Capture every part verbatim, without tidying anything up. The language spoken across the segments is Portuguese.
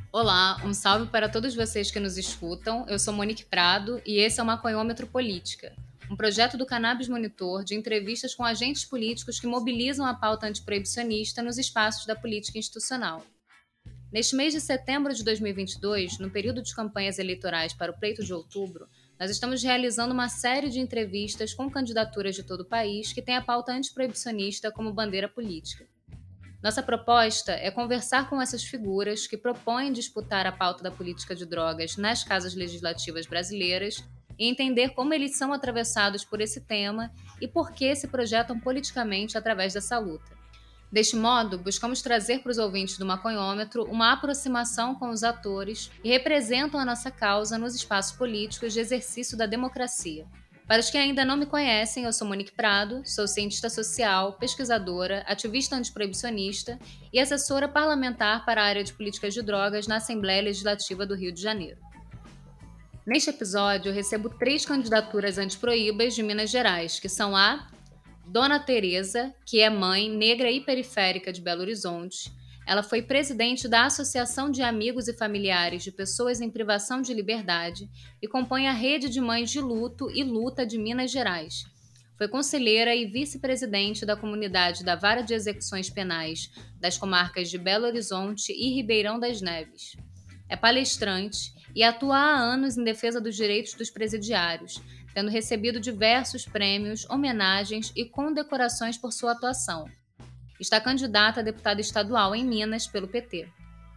Olá, um salve para todos vocês que nos escutam. Eu sou Monique Prado e esse é o Maconhômetro Política, um projeto do Cannabis Monitor de entrevistas com agentes políticos que mobilizam a pauta antiproibicionista nos espaços da política institucional. Neste mês de setembro de dois mil e vinte e dois, no período de campanhas eleitorais para o pleito de outubro, nós estamos realizando uma série de entrevistas com candidaturas de todo o país que têm a pauta antiproibicionista como bandeira política. Nossa proposta é conversar com essas figuras que propõem disputar a pauta da política de drogas nas casas legislativas brasileiras e entender como eles são atravessados por esse tema e por que se projetam politicamente através dessa luta. Deste modo, buscamos trazer para os ouvintes do Maconhômetro uma aproximação com os atores que representam a nossa causa nos espaços políticos de exercício da democracia. Para os que ainda não me conhecem, eu sou Monique Prado, sou cientista social, pesquisadora, ativista antiproibicionista e assessora parlamentar para a área de políticas de drogas na Assembleia Legislativa do Rio de Janeiro. Neste episódio, eu recebo três candidaturas antiproíbas de Minas Gerais, que são a Dona Teresa, que é mãe negra e periférica de Belo Horizonte. Ela foi presidente da Associação de Amigos e Familiares de Pessoas em Privação de Liberdade e compõe a Rede de Mães de Luto e Luta de Minas Gerais. Foi conselheira e vice-presidente da comunidade da Vara de Execuções Penais das comarcas de Belo Horizonte e Ribeirão das Neves. É palestrante e atua há anos em defesa dos direitos dos presidiários, tendo recebido diversos prêmios, homenagens e condecorações por sua atuação. Está candidata a deputada estadual em Minas pelo P T.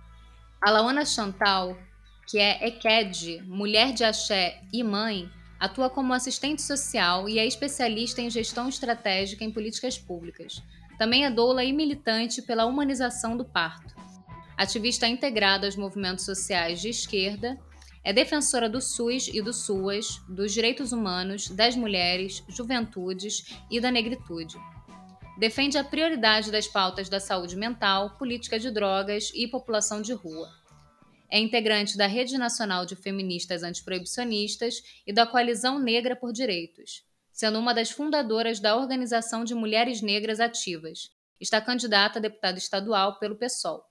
A Lauana Chantal, que é E Q E D, mulher de axé e mãe, atua como assistente social e é especialista em gestão estratégica em políticas públicas. Também é doula e militante pela humanização do parto. Ativista integrada aos movimentos sociais de esquerda, é defensora do SUS e do SUAS, dos direitos humanos, das mulheres, juventudes e da negritude. Defende a prioridade das pautas da saúde mental, política de drogas e população de rua. É integrante da Rede Nacional de Feministas Antiproibicionistas e da Coalizão Negra por Direitos, sendo uma das fundadoras da Organização de Mulheres Negras Ativas. Está candidata a deputada estadual pelo PSOL.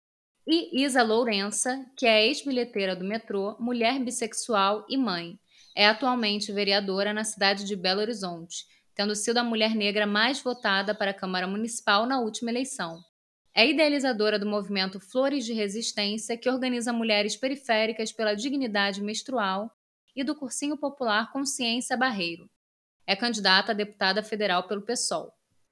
E Isa Lourença, que é ex-bilheteira do metrô, mulher bissexual e mãe. É atualmente vereadora na cidade de Belo Horizonte, tendo sido a mulher negra mais votada para a Câmara Municipal na última eleição. É idealizadora do movimento Flores de Resistência, que organiza mulheres periféricas pela dignidade menstrual, e do cursinho popular Consciência Barreiro. É candidata a deputada federal pelo PSOL.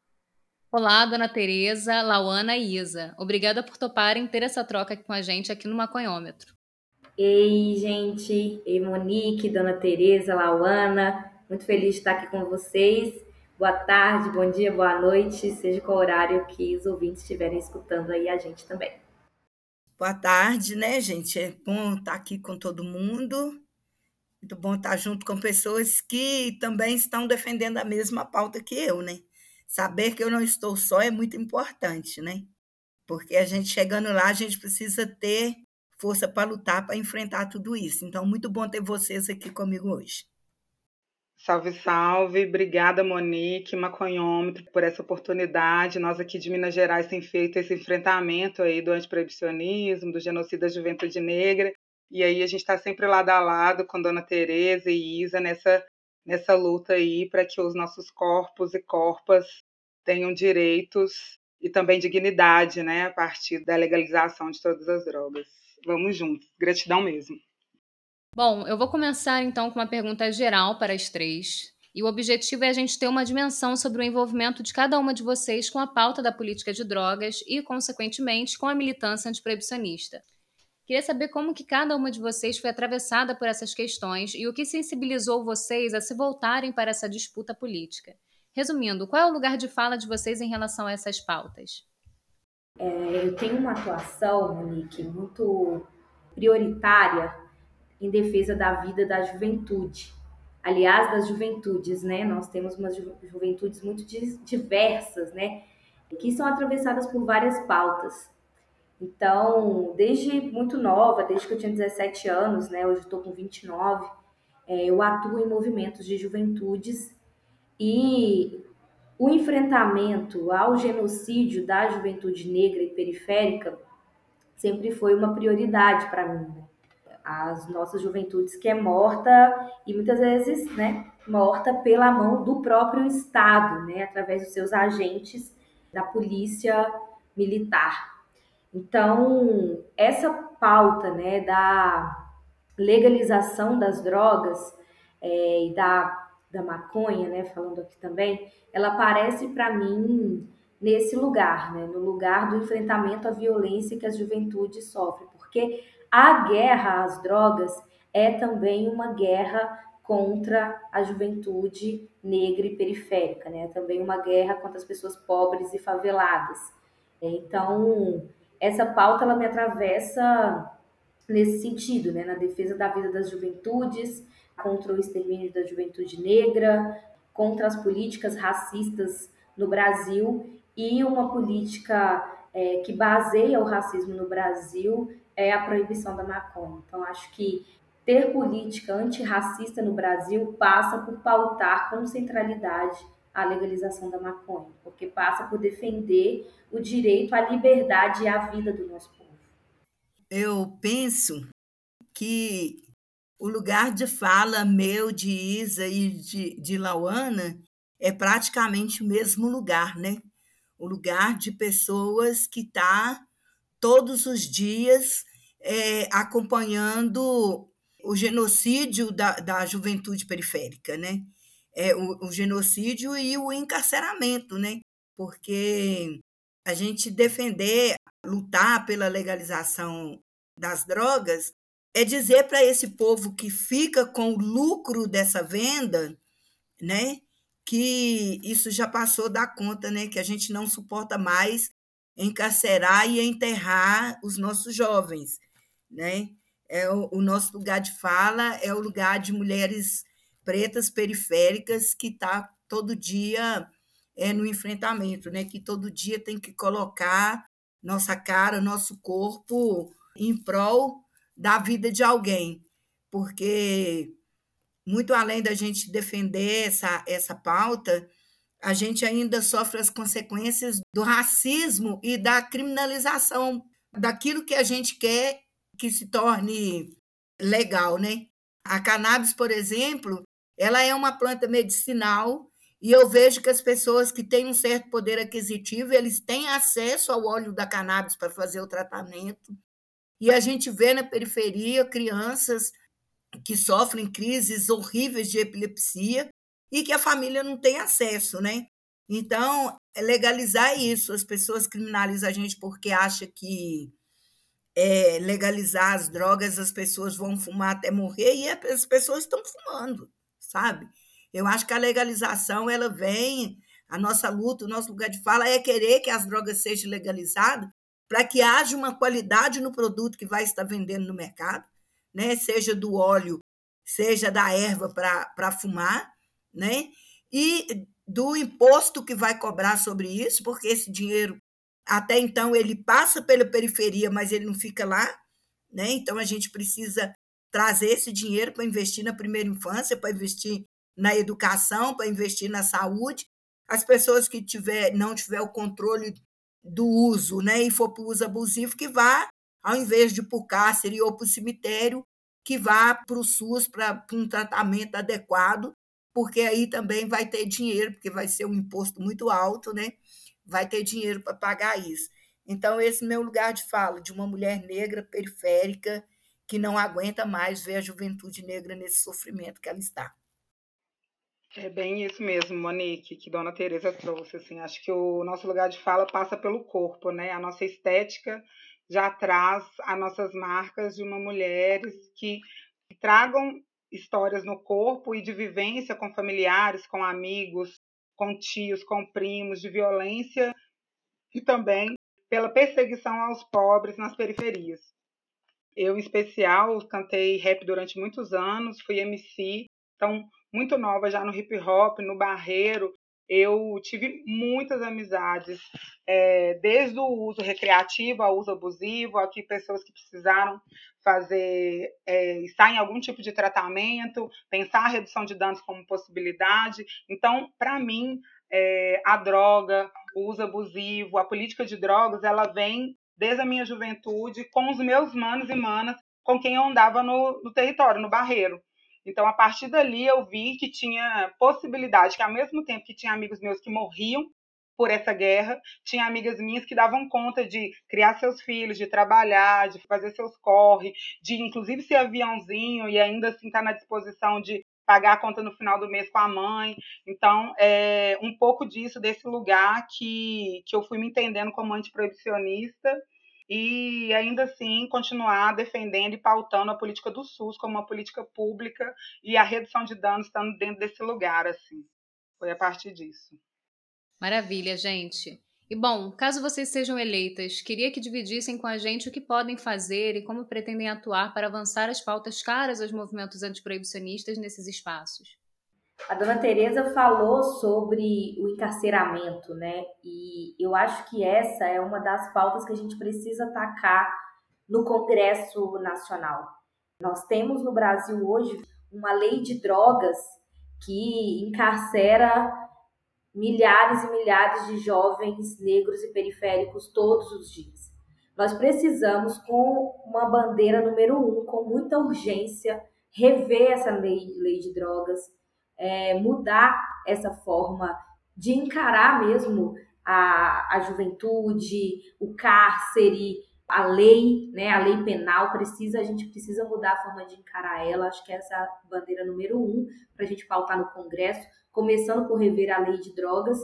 Olá, Dona Teresa, Lauana e Isa. Obrigada por toparem ter essa troca aqui com a gente aqui no Maconhômetro. Ei, gente, ei, Monique, Dona Teresa, Lauana, muito feliz de estar aqui com vocês. Boa tarde, bom dia, boa noite, seja qual horário que os ouvintes estiverem escutando aí a gente também. Boa tarde, né, gente? É bom estar aqui com todo mundo. Muito bom estar junto com pessoas que também estão defendendo a mesma pauta que eu, né? Saber que eu não estou só é muito importante, né? Porque a gente chegando lá, a gente precisa ter força para lutar, para enfrentar tudo isso. Então, muito bom ter vocês aqui comigo hoje. Salve, salve. Obrigada, Monique, Maconhômetro, por essa oportunidade. Nós aqui de Minas Gerais temos feito esse enfrentamento aí do antiproibicionismo, do genocídio da juventude negra. E aí a gente está sempre lado a lado com Dona Tereza e Isa nessa, nessa luta aí para que os nossos corpos e corpas tenham direitos e também dignidade, né, a partir da legalização de todas as drogas. Vamos juntos. Gratidão mesmo. Bom, eu vou começar então com uma pergunta geral para as três. E o objetivo é a gente ter uma dimensão sobre o envolvimento de cada uma de vocês com a pauta da política de drogas e, consequentemente, com a militância antiproibicionista. Queria saber como que cada uma de vocês foi atravessada por essas questões e o que sensibilizou vocês a se voltarem para essa disputa política. Resumindo, qual é o lugar de fala de vocês em relação a essas pautas? É, eu tenho uma atuação, Monique, muito prioritária em defesa da vida da juventude. Aliás, das juventudes, né? Nós temos umas ju- juventudes muito dis- diversas, né? Que são atravessadas por várias pautas. Então, desde muito nova, desde que eu tinha dezessete anos, né? Hoje eu estou com vinte e nove, é, eu atuo em movimentos de juventudes e o enfrentamento ao genocídio da juventude negra e periférica sempre foi uma prioridade para mim, né? As nossas juventudes que é morta e muitas vezes, né, morta pela mão do próprio Estado, né, através dos seus agentes da polícia militar. Então, essa pauta, né, da legalização das drogas é, e da, da maconha, né, falando aqui também, ela aparece para mim nesse lugar, né, no lugar do enfrentamento à violência que as juventudes sofrem, porque a guerra às drogas é também uma guerra contra a juventude negra e periférica, né, é também uma guerra contra as pessoas pobres e faveladas. Então, essa pauta ela me atravessa nesse sentido, né, na defesa da vida das juventudes, contra o extermínio da juventude negra, contra as políticas racistas no Brasil e uma política é, que baseia o racismo no Brasil é a proibição da maconha. Então, acho que ter política antirracista no Brasil passa por pautar com centralidade a legalização da maconha, porque passa por defender o direito à liberdade e à vida do nosso povo. Eu penso que o lugar de fala meu, de Isa e de, de Lauana é praticamente o mesmo lugar, né? O lugar de pessoas que está todos os dias é, acompanhando o genocídio da, da juventude periférica, né? É, o, o genocídio e o encarceramento, né? Porque a gente defender, lutar pela legalização das drogas é dizer para esse povo que fica com o lucro dessa venda, né, que isso já passou da conta, né, que a gente não suporta mais encarcerar e enterrar os nossos jovens, né? É o, o nosso lugar de fala é o lugar de mulheres pretas periféricas que está todo dia é, no enfrentamento, né? Que todo dia tem que colocar nossa cara, nosso corpo em prol da vida de alguém, porque muito além da gente defender essa, essa pauta, a gente ainda sofre as consequências do racismo e da criminalização daquilo que a gente quer que se torne legal, né? A cannabis, por exemplo, ela é uma planta medicinal e eu vejo que as pessoas que têm um certo poder aquisitivo, eles têm acesso ao óleo da cannabis para fazer o tratamento. E a gente vê na periferia crianças que sofrem crises horríveis de epilepsia e que a família não tem acesso, né? Então, é legalizar isso. As pessoas criminalizam a gente porque acham que é, legalizar as drogas as pessoas vão fumar até morrer e as pessoas estão fumando, sabe? Eu acho que a legalização ela vem, a nossa luta, o nosso lugar de fala é querer que as drogas sejam legalizadas para que haja uma qualidade no produto que vai estar vendendo no mercado, né? Seja do óleo, seja da erva para fumar, né? E do imposto que vai cobrar sobre isso, porque esse dinheiro, até então, ele passa pela periferia, mas ele não fica lá, né? Então, a gente precisa trazer esse dinheiro para investir na primeira infância, para investir na educação, para investir na saúde. As pessoas que tiver, não tiver o controle do uso, né, e for para o uso abusivo, que vá, ao invés de ir para o cárcere ou para o cemitério, que vá para o SUS para um tratamento adequado, porque aí também vai ter dinheiro, porque vai ser um imposto muito alto, né? Vai ter dinheiro para pagar isso. Então, esse é o meu lugar de fala, de uma mulher negra periférica que não aguenta mais ver a juventude negra nesse sofrimento que ela está. É bem isso mesmo, Monique, que Dona Teresa trouxe. Assim, acho que o nosso lugar de fala passa pelo corpo, né? A nossa estética já traz as nossas marcas de uma mulheres que tragam histórias no corpo e de vivência com familiares, com amigos, com tios, com primos, de violência e também pela perseguição aos pobres nas periferias. Eu, em especial, cantei rap durante muitos anos, fui M C, então, muito nova já no hip hop, no barreiro, eu tive muitas amizades, é, desde o uso recreativo ao uso abusivo, aqui pessoas que precisaram fazer, é, estar em algum tipo de tratamento, pensar a redução de danos como possibilidade. Então, para mim, é, a droga, o uso abusivo, a política de drogas, ela vem desde a minha juventude, com os meus manos e manas com quem eu andava no, no território, no Barreiro. Então, a partir dali, eu vi que tinha possibilidade, que ao mesmo tempo que tinha amigos meus que morriam por essa guerra, tinha amigas minhas que davam conta de criar seus filhos, de trabalhar, de fazer seus corre, de inclusive ser aviãozinho e ainda assim estar na disposição de pagar a conta no final do mês com a mãe. Então, é um pouco disso, desse lugar que, que eu fui me entendendo como antiproibicionista e ainda assim continuar defendendo e pautando a política do SUS como uma política pública e a redução de danos estando dentro desse lugar, assim. Foi a partir disso. Maravilha, gente. E bom, caso vocês sejam eleitas, queria que dividissem com a gente o que podem fazer e como pretendem atuar para avançar as pautas caras aos movimentos antiproibicionistas nesses espaços. A dona Tereza falou sobre o encarceramento, né? E eu acho que essa é uma das pautas que a gente precisa atacar no Congresso Nacional. Nós temos no Brasil hoje uma lei de drogas que encarcera milhares e milhares de jovens negros e periféricos todos os dias. Nós precisamos, com uma bandeira número um, com muita urgência, rever essa lei, lei de drogas, é, mudar essa forma de encarar mesmo a, a juventude, o cárcere, a lei, né, a lei penal, precisa, a gente precisa mudar a forma de encarar ela. Acho que essa é a bandeira número um para a gente pautar no Congresso, começando por rever a lei de drogas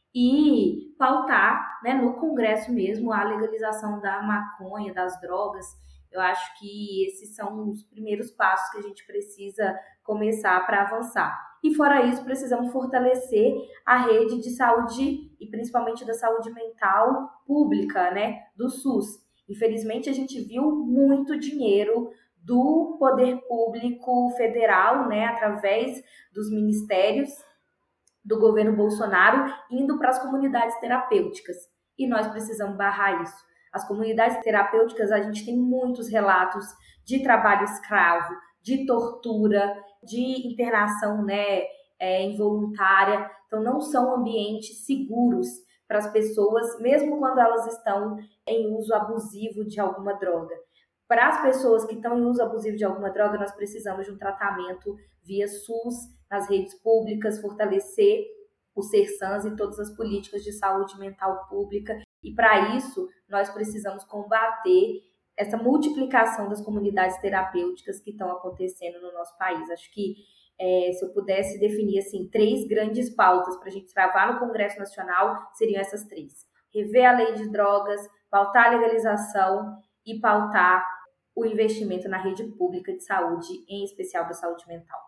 e pautar, né, no Congresso mesmo a legalização da maconha, das drogas. Eu acho que esses são os primeiros passos que a gente precisa começar para avançar. E fora isso, precisamos fortalecer a rede de saúde e principalmente da saúde mental pública, né, do SUS. Infelizmente, a gente viu muito dinheiro do poder público federal, né, através dos ministérios do governo Bolsonaro, indo para as comunidades terapêuticas. E nós precisamos barrar isso. As comunidades terapêuticas, a gente tem muitos relatos de trabalho escravo, de tortura, de internação, né, é, involuntária. Então, não são ambientes seguros para as pessoas, mesmo quando elas estão em uso abusivo de alguma droga. Para as pessoas que estão em uso abusivo de alguma droga, nós precisamos de um tratamento via SUS, nas redes públicas, fortalecer o SERSANS e todas as políticas de saúde mental pública. E para isso, nós precisamos combater essa multiplicação das comunidades terapêuticas que estão acontecendo no nosso país. Acho que é, se eu pudesse definir assim, três grandes pautas para a gente travar no Congresso Nacional, seriam essas três. Rever a lei de drogas, pautar a legalização e pautar o investimento na rede pública de saúde, em especial da saúde mental.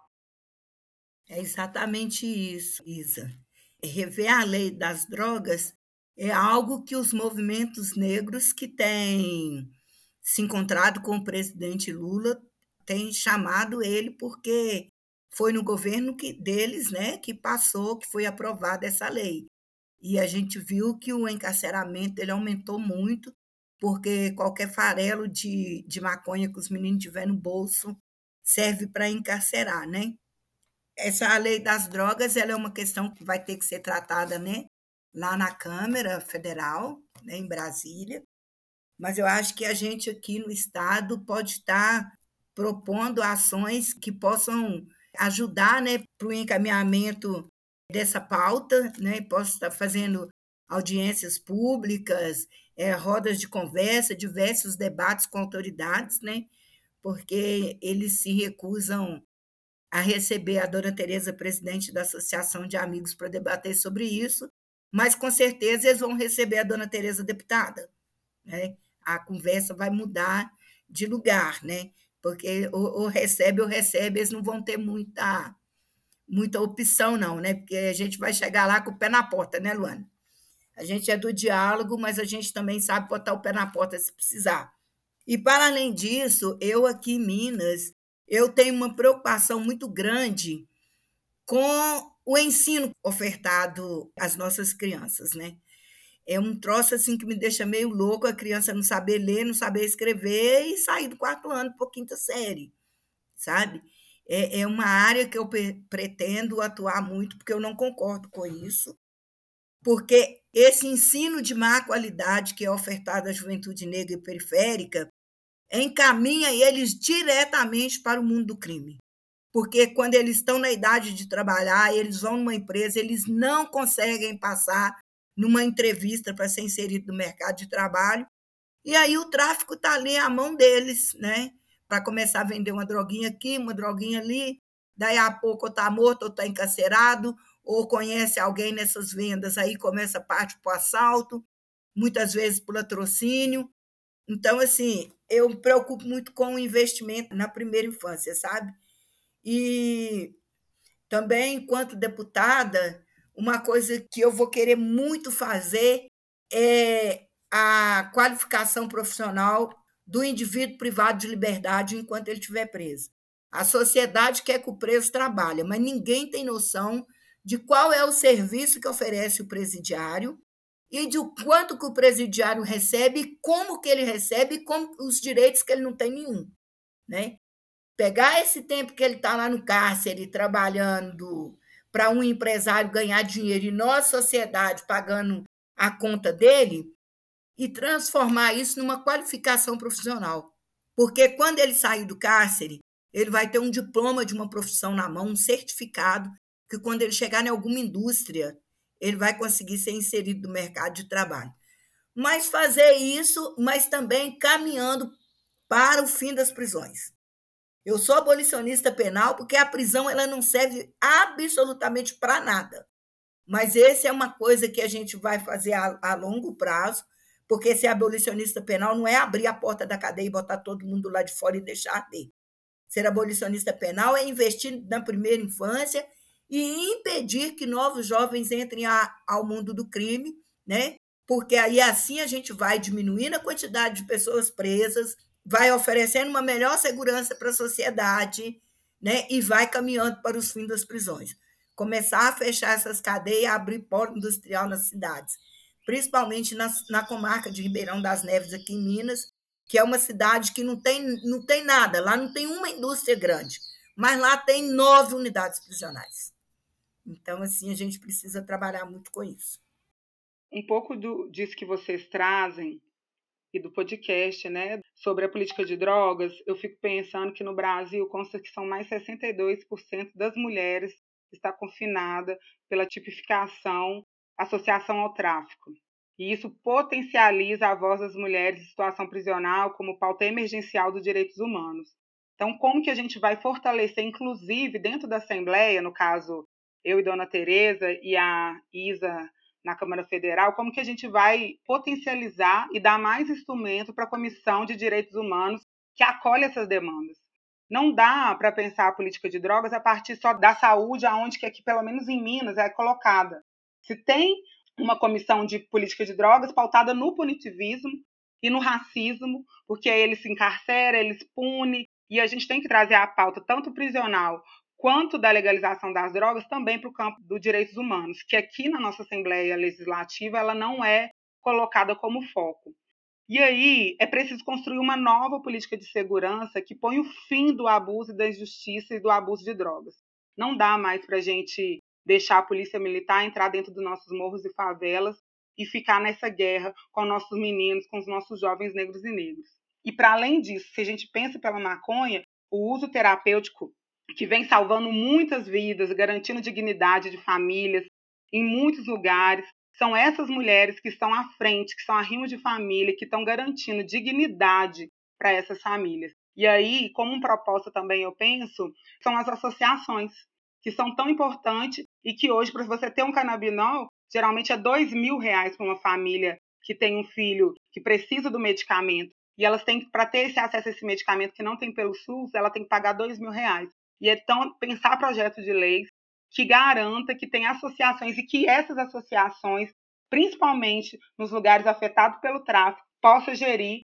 É exatamente isso, Isa. Rever a lei das drogas é algo que os movimentos negros que têm se encontrado com o presidente Lula têm chamado ele, porque foi no governo que, deles, né, que passou, que foi aprovada essa lei. E a gente viu que o encarceramento ele aumentou muito, porque qualquer farelo de, de maconha que os meninos tiverem no bolso serve para encarcerar, né? Essa lei das drogas ela é uma questão que vai ter que ser tratada, né, lá na Câmara Federal, né, em Brasília, mas eu acho que a gente aqui no Estado pode estar propondo ações que possam ajudar, né, para o encaminhamento dessa pauta, né, posso estar fazendo audiências públicas, é, rodas de conversa, diversos debates com autoridades, né, porque eles se recusam a receber a dona Tereza, presidente da Associação de Amigos, para debater sobre isso, mas com certeza eles vão receber a dona Tereza deputada, né? A conversa vai mudar de lugar, né? Porque ou, ou recebe ou recebe, eles não vão ter muita, muita opção, não, né? Porque a gente vai chegar lá com o pé na porta, né, Luana? A gente é do diálogo, mas a gente também sabe botar o pé na porta se precisar. E, para além disso, eu aqui em Minas, eu tenho uma preocupação muito grande com o ensino ofertado às nossas crianças, né? É um troço assim que me deixa meio louco, a criança não saber ler, não saber escrever e sair do quarto ano para a quinta série, sabe? É, é uma área que eu pre- pretendo atuar muito, porque eu não concordo com isso, porque esse ensino de má qualidade que é ofertado à juventude negra e periférica encaminha eles diretamente para o mundo do crime. Porque quando eles estão na idade de trabalhar, eles vão numa empresa, eles não conseguem passar numa entrevista para ser inserido no mercado de trabalho, e aí o tráfico está ali à mão deles, né? Para começar a vender uma droguinha aqui, uma droguinha ali, daí a pouco ou está morto, ou está encarcerado, ou conhece alguém nessas vendas, aí começa a parte para o assalto, muitas vezes por latrocínio. Então, assim, eu me preocupo muito com o investimento na primeira infância, sabe? E também, enquanto deputada, uma coisa que eu vou querer muito fazer é a qualificação profissional do indivíduo privado de liberdade enquanto ele estiver preso. A sociedade quer que o preso trabalhe, mas ninguém tem noção de qual é o serviço que oferece o presidiário e de quanto que o presidiário recebe, como que ele recebe e como os direitos que ele não tem nenhum, né? Pegar esse tempo que ele está lá no cárcere trabalhando para um empresário ganhar dinheiro e nós, sociedade, pagando a conta dele, e transformar isso numa qualificação profissional. Porque quando ele sair do cárcere, ele vai ter um diploma de uma profissão na mão, um certificado, que quando ele chegar em alguma indústria, ele vai conseguir ser inserido no mercado de trabalho. Mas fazer isso, mas também caminhando para o fim das prisões. Eu sou abolicionista penal porque a prisão ela não serve absolutamente para nada. Mas essa é uma coisa que a gente vai fazer a, a longo prazo, porque ser abolicionista penal não é abrir a porta da cadeia e botar todo mundo lá de fora e deixar arder. Ser abolicionista penal é investir na primeira infância e impedir que novos jovens entrem a, ao mundo do crime, né? Porque aí assim a gente vai diminuindo a quantidade de pessoas presas, vai oferecendo uma melhor segurança para a sociedade, né? E vai caminhando para os fins das prisões. Começar a fechar essas cadeias, abrir polo industrial nas cidades, principalmente na, na comarca de Ribeirão das Neves, aqui em Minas, que é uma cidade que não tem, não tem nada, lá não tem uma indústria grande, mas lá tem nove unidades prisionais. Então, assim, a gente precisa trabalhar muito com isso. Um pouco do, disso que vocês trazem e do podcast, né, sobre a política de drogas, eu fico pensando que no Brasil consta que são mais sessenta e dois por cento das mulheres que está confinada pela tipificação, associação ao tráfico. E isso potencializa a voz das mulheres em situação prisional como pauta emergencial dos direitos humanos. Então, como que a gente vai fortalecer, inclusive dentro da Assembleia, no caso, eu e Dona Tereza e a Isa na Câmara Federal, como que a gente vai potencializar e dar mais instrumento para a Comissão de Direitos Humanos que acolhe essas demandas. Não dá para pensar a política de drogas a partir só da saúde, aonde que aqui, pelo menos em Minas, é colocada. Se tem uma comissão de política de drogas pautada no punitivismo e no racismo, porque aí ele se encarcera, ele se pune, e a gente tem que trazer a pauta tanto prisional quanto da legalização das drogas também para o campo dos direitos humanos, que aqui na nossa Assembleia Legislativa ela não é colocada como foco. E aí é preciso construir uma nova política de segurança que põe o fim do abuso, da injustiça e do abuso de drogas. Não dá mais para a gente deixar a polícia militar entrar dentro dos nossos morros e favelas e ficar nessa guerra com nossos meninos, com os nossos jovens negros e negros. E para além disso, se a gente pensa pela maconha, o uso terapêutico que vem salvando muitas vidas, garantindo dignidade de famílias em muitos lugares, são essas mulheres que estão à frente, que são arrimo de família, que estão garantindo dignidade para essas famílias. E aí, como um propósito também, eu penso, são as associações, que são tão importantes e que hoje, para você ter um canabinol, geralmente é dois mil reais para uma família que tem um filho que precisa do medicamento. E elas têm, para ter esse acesso a esse medicamento que não tem pelo SUS, ela tem que pagar dois mil reais. E então, pensar projetos de leis que garanta que tem associações e que essas associações, principalmente nos lugares afetados pelo tráfico, possam gerir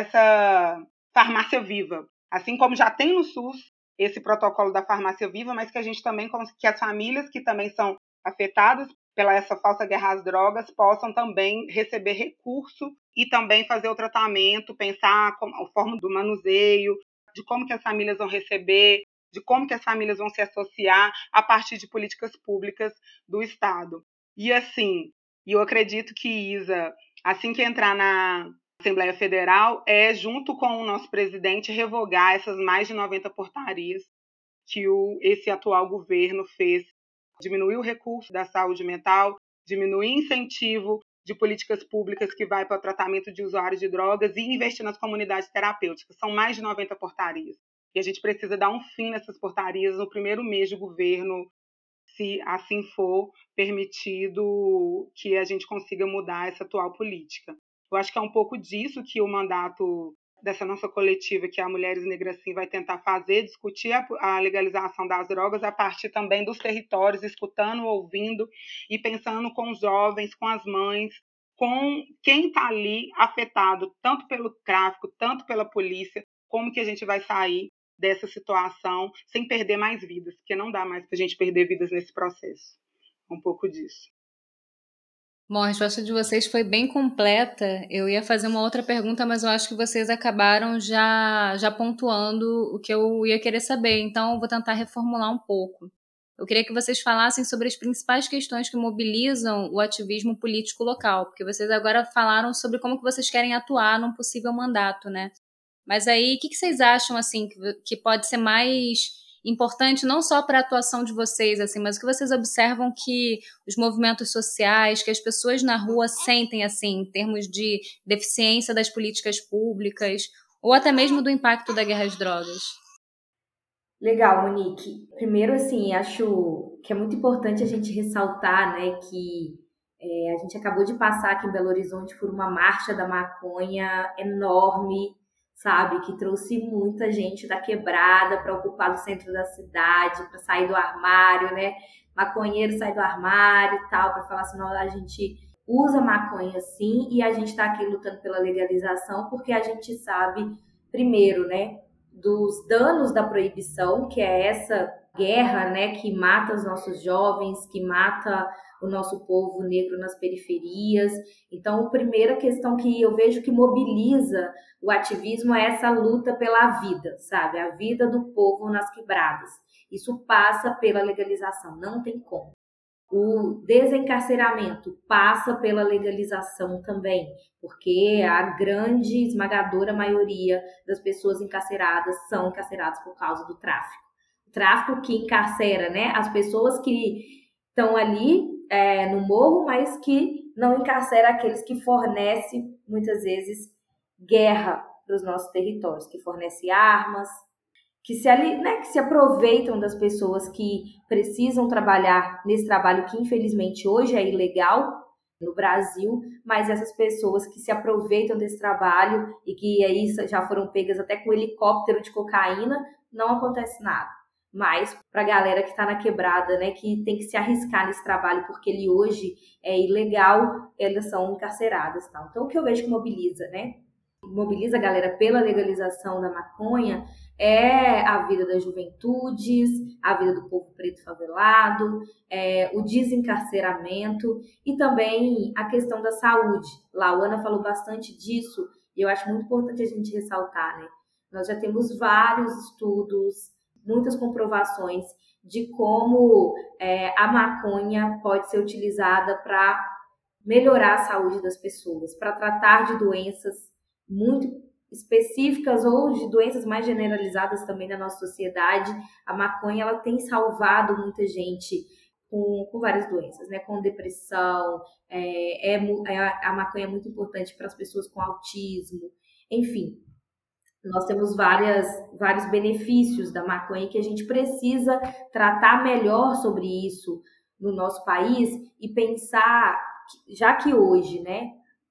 essa farmácia viva. Assim como já tem no SUS esse protocolo da farmácia viva, mas que a gente também, que as famílias que também são afetadas pela essa falsa guerra às drogas, possam também receber recurso e também fazer o tratamento, pensar a forma do manuseio, de como que as famílias vão receber, de como que as famílias vão se associar a partir de políticas públicas do Estado. E, assim, E eu acredito que Isa, assim que entrar na Assembleia Federal, é, junto com o nosso presidente, revogar essas mais de noventa portarias que o, esse atual governo fez. Diminuir o recurso da saúde mental, diminuir incentivo de políticas públicas que vai para o tratamento de usuários de drogas e investir nas comunidades terapêuticas. São mais de noventa portarias. E a gente precisa dar um fim nessas portarias no primeiro mês de governo, se assim for permitido que a gente consiga mudar essa atual política. Eu acho que é um pouco disso que o mandato dessa nossa coletiva, que é a Mulheres Negras Sim, vai tentar fazer, discutir a, a legalização das drogas a partir também dos territórios, escutando, ouvindo e pensando com os jovens, com as mães, com quem está ali afetado, tanto pelo tráfico, tanto pela polícia, como que a gente vai sair dessa situação sem perder mais vidas, porque não dá mais para a gente perder vidas nesse processo. Um pouco disso. Bom, a resposta de vocês foi bem completa. Eu ia fazer uma outra pergunta, mas eu acho que vocês acabaram já, já pontuando o que eu ia querer saber, então eu vou tentar reformular um pouco. Eu queria que vocês falassem sobre as principais questões que mobilizam o ativismo político local, porque vocês agora falaram sobre como que vocês querem atuar num possível mandato, né? Mas aí, o que, que vocês acham, assim, que, que pode ser mais importante, não só para a atuação de vocês, assim, mas o que vocês observam que os movimentos sociais, que as pessoas na rua sentem, assim, em termos de deficiência das políticas públicas, ou até mesmo do impacto da guerra às drogas? Legal, Monique. Primeiro, assim, acho que é muito importante a gente ressaltar, né, que é, a gente acabou de passar aqui em Belo Horizonte por uma marcha da maconha enorme, sabe, que trouxe muita gente da quebrada para ocupar o centro da cidade, para sair do armário, né? Maconheiro sai do armário e tal, para falar assim, não, a gente usa maconha sim e a gente está aqui lutando pela legalização porque a gente sabe, primeiro, né, dos danos da proibição, que é essa guerra, né, que mata os nossos jovens, que mata o nosso povo negro nas periferias. Então, a primeira questão que eu vejo que mobiliza o ativismo é essa luta pela vida, sabe? A vida do povo nas quebradas. Isso passa pela legalização, não tem como. O desencarceramento passa pela legalização também, porque a grande, esmagadora maioria das pessoas encarceradas são encarceradas por causa do tráfico. O tráfico que encarcera, né, as pessoas que estão ali é, no morro, mas que não encarcera aqueles que fornecem, muitas vezes, guerra para os nossos territórios, que fornece armas, que se, ali, né, que se aproveitam das pessoas que precisam trabalhar nesse trabalho que, infelizmente, hoje é ilegal no Brasil, mas essas pessoas que se aproveitam desse trabalho e que aí já foram pegas até com helicóptero de cocaína, não acontece nada. Mas para a galera que está na quebrada, né, que tem que se arriscar nesse trabalho porque ele hoje é ilegal, elas são encarceradas. Tá? Então, o que eu vejo que mobiliza, né? mobiliza a galera pela legalização da maconha é a vida das juventudes, a vida do povo preto favelado, é, o desencarceramento e também a questão da saúde. Lauana falou bastante disso e eu acho muito importante a gente ressaltar, né? Nós já temos vários estudos, muitas comprovações de como é, a maconha pode ser utilizada para melhorar a saúde das pessoas, para tratar de doenças muito específicas ou de doenças mais generalizadas também na nossa sociedade. A maconha ela tem salvado muita gente com, com várias doenças, né? Com depressão, é, é, a maconha é muito importante para as pessoas com autismo, enfim. Nós temos várias, vários benefícios da maconha que a gente precisa tratar melhor sobre isso no nosso país e pensar, já que hoje, né,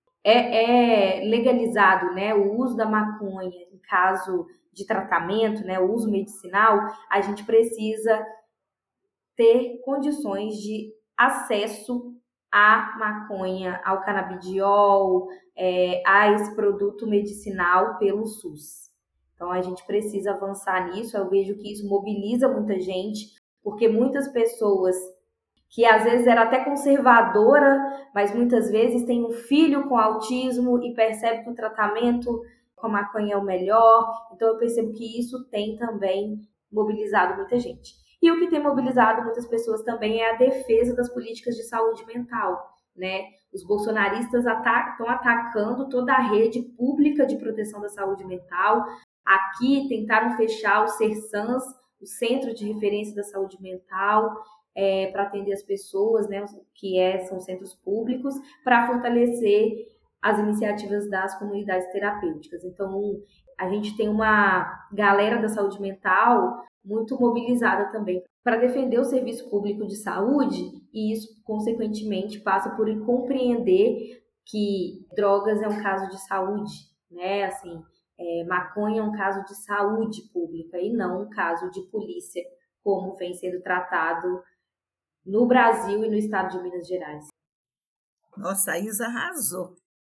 é, é legalizado, né, o uso da maconha em caso de tratamento, né, o uso medicinal, a gente precisa ter condições de acesso à maconha, ao canabidiol, é, a esse produto medicinal pelo SUS. Então, a gente precisa avançar nisso. Eu vejo que isso mobiliza muita gente, porque muitas pessoas que às vezes era até conservadora, mas muitas vezes tem um filho com autismo e percebe que o tratamento com a maconha é o melhor. Então, eu percebo que isso tem também mobilizado muita gente. E o que tem mobilizado muitas pessoas também é a defesa das políticas de saúde mental. né? Os bolsonaristas estão atacando toda a rede pública de proteção da saúde mental. Aqui tentaram fechar o CERSANS, o Centro de Referência da Saúde Mental, é, para atender as pessoas, né, que é, são centros públicos, para fortalecer as iniciativas das comunidades terapêuticas. Então, a gente tem uma galera da saúde mental muito mobilizada também para defender o serviço público de saúde, e isso, consequentemente, passa por compreender que drogas é um caso de saúde, né? Assim, é, maconha é um caso de saúde pública e não um caso de polícia, como vem sendo tratado no Brasil e no estado de Minas Gerais. Nossa, a Isa arrasou.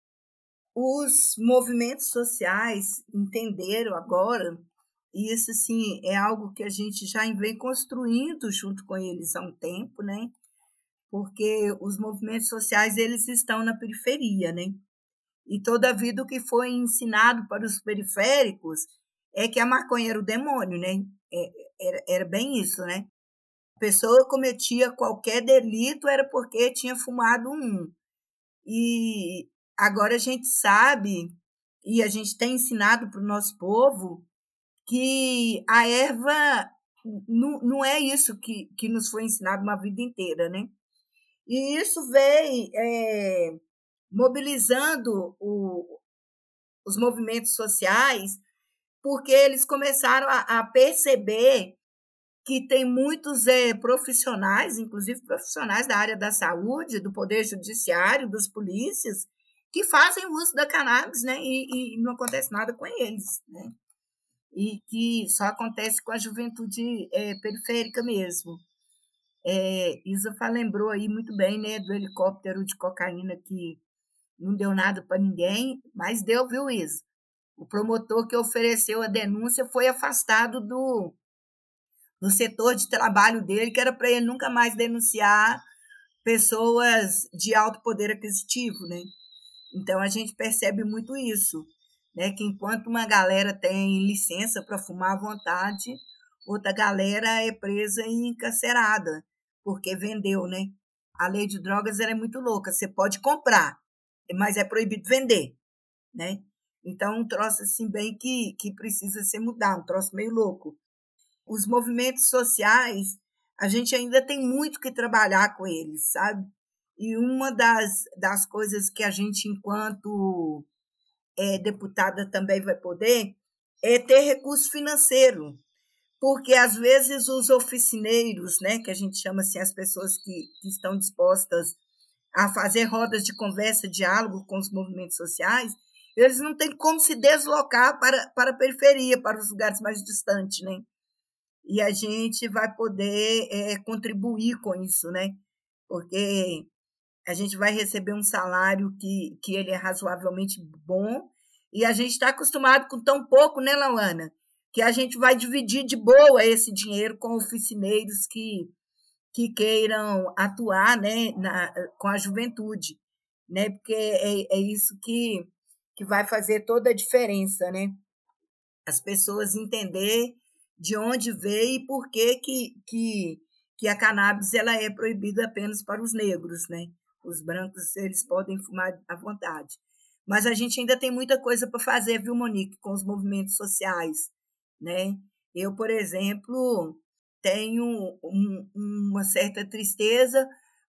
Os movimentos sociais entenderam agora, e isso assim, é algo que a gente já vem construindo junto com eles há um tempo, né? Porque os movimentos sociais eles estão na periferia, né? E toda a vida o que foi ensinado para os periféricos é que a maconha era o demônio, né? Era, era bem isso, né? A pessoa cometia qualquer delito era porque tinha fumado um. E agora a gente sabe, e a gente tem ensinado para o nosso povo, que a erva não, não é isso que, que nos foi ensinado uma vida inteira, né? E isso vem é, mobilizando o, os movimentos sociais, porque eles começaram a, a perceber que tem muitos é, profissionais, inclusive profissionais da área da saúde, do poder judiciário, das polícias, que fazem uso da cannabis, né, e, e não acontece nada com eles, né, e que só acontece com a juventude é, periférica mesmo. É, Isa lembrou aí muito bem, né, do helicóptero de cocaína que não deu nada para ninguém, mas deu, viu, Isa? O promotor que ofereceu a denúncia foi afastado do no setor de trabalho dele, que era para ele nunca mais denunciar pessoas de alto poder aquisitivo, né? Então, a gente percebe muito isso, né? Que enquanto uma galera tem licença para fumar à vontade, outra galera é presa e encarcerada, porque vendeu, né? A lei de drogas ela é muito louca, você pode comprar, mas é proibido vender, né? Então, um troço assim bem que, que precisa ser mudado, um troço meio louco. Os movimentos sociais, a gente ainda tem muito que trabalhar com eles, sabe? E uma das, das coisas que a gente, enquanto é, deputada, também vai poder é ter recurso financeiro, porque, às vezes, os oficineiros, né, que a gente chama assim, as pessoas que, que estão dispostas a fazer rodas de conversa, diálogo com os movimentos sociais, eles não têm como se deslocar para, para a periferia, para os lugares mais distantes, né? E a gente vai poder é, contribuir com isso, né? Porque a gente vai receber um salário que, que ele é razoavelmente bom e a gente está acostumado com tão pouco, né, Lauana? Que a gente vai dividir de boa esse dinheiro com oficineiros que, que queiram atuar, né, na, com a juventude, né? Porque é, é isso que, que vai fazer toda a diferença, né? As pessoas entender de onde veio e por que, que, que, que a cannabis ela é proibida apenas para os negros, né? Os brancos eles podem fumar à vontade. Mas a gente ainda tem muita coisa para fazer, viu, Monique, com os movimentos sociais, né? Eu, por exemplo, tenho um, uma certa tristeza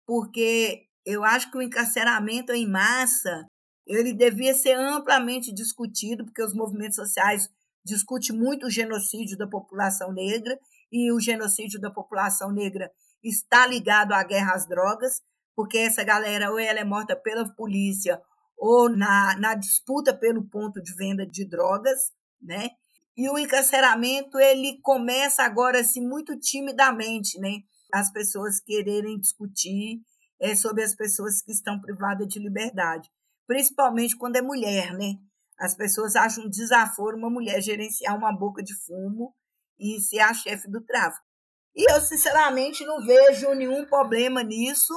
porque eu acho que o encarceramento em massa ele devia ser amplamente discutido, porque os movimentos sociais discute muito o genocídio da população negra, e o genocídio da população negra está ligado à guerra às drogas, porque essa galera ou ela é morta pela polícia ou na, na disputa pelo ponto de venda de drogas, né? E o encarceramento ele começa agora assim, muito timidamente, né? As pessoas quererem discutir é, sobre as pessoas que estão privadas de liberdade, principalmente quando é mulher, né? As pessoas acham um desaforo uma mulher gerenciar uma boca de fumo e ser a chefe do tráfico. E eu, sinceramente, não vejo nenhum problema nisso,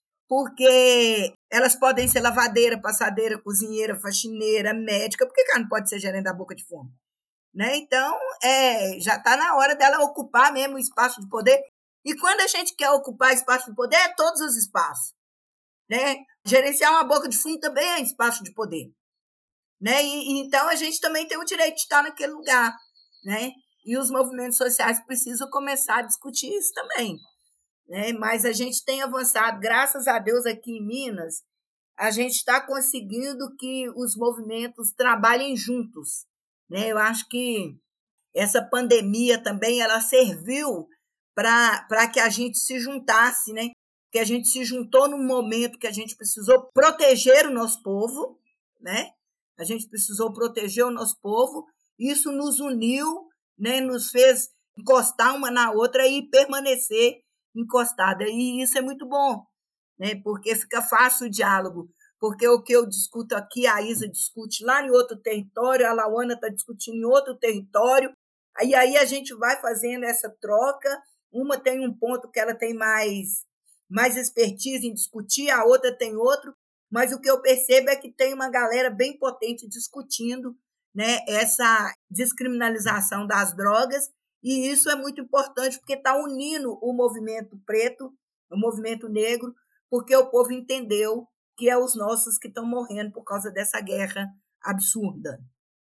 porque elas podem ser lavadeira, passadeira, cozinheira, faxineira, médica. Por que ela não pode ser gerente da boca de fumo? Né? Então, é, já está na hora dela ocupar mesmo o espaço de poder. E quando a gente quer ocupar espaço de poder, é todos os espaços. né? Gerenciar uma boca de fumo também é espaço de poder, né? E, e então a gente também tem o direito de estar naquele lugar, né? E os movimentos sociais precisam começar a discutir isso também, né? Mas a gente tem avançado, graças a Deus, aqui em Minas, a gente está conseguindo que os movimentos trabalhem juntos, né? Eu acho que essa pandemia também ela serviu para que a gente se juntasse, né? Que a gente se juntou num momento que a gente precisou proteger o nosso povo, né? A gente precisou proteger o nosso povo, isso nos uniu, né? Nos fez encostar uma na outra e permanecer encostada. E isso é muito bom, né? Porque fica fácil o diálogo. Porque o que eu discuto aqui, a Isa discute lá em outro território, a Lauana está discutindo em outro território, e aí a gente vai fazendo essa troca, uma tem um ponto que ela tem mais, mais expertise em discutir, a outra tem outro, mas o que eu percebo é que tem uma galera bem potente discutindo, né, essa descriminalização das drogas, e isso é muito importante porque está unindo o movimento preto, o movimento negro, porque o povo entendeu que é os nossos que estão morrendo por causa dessa guerra absurda.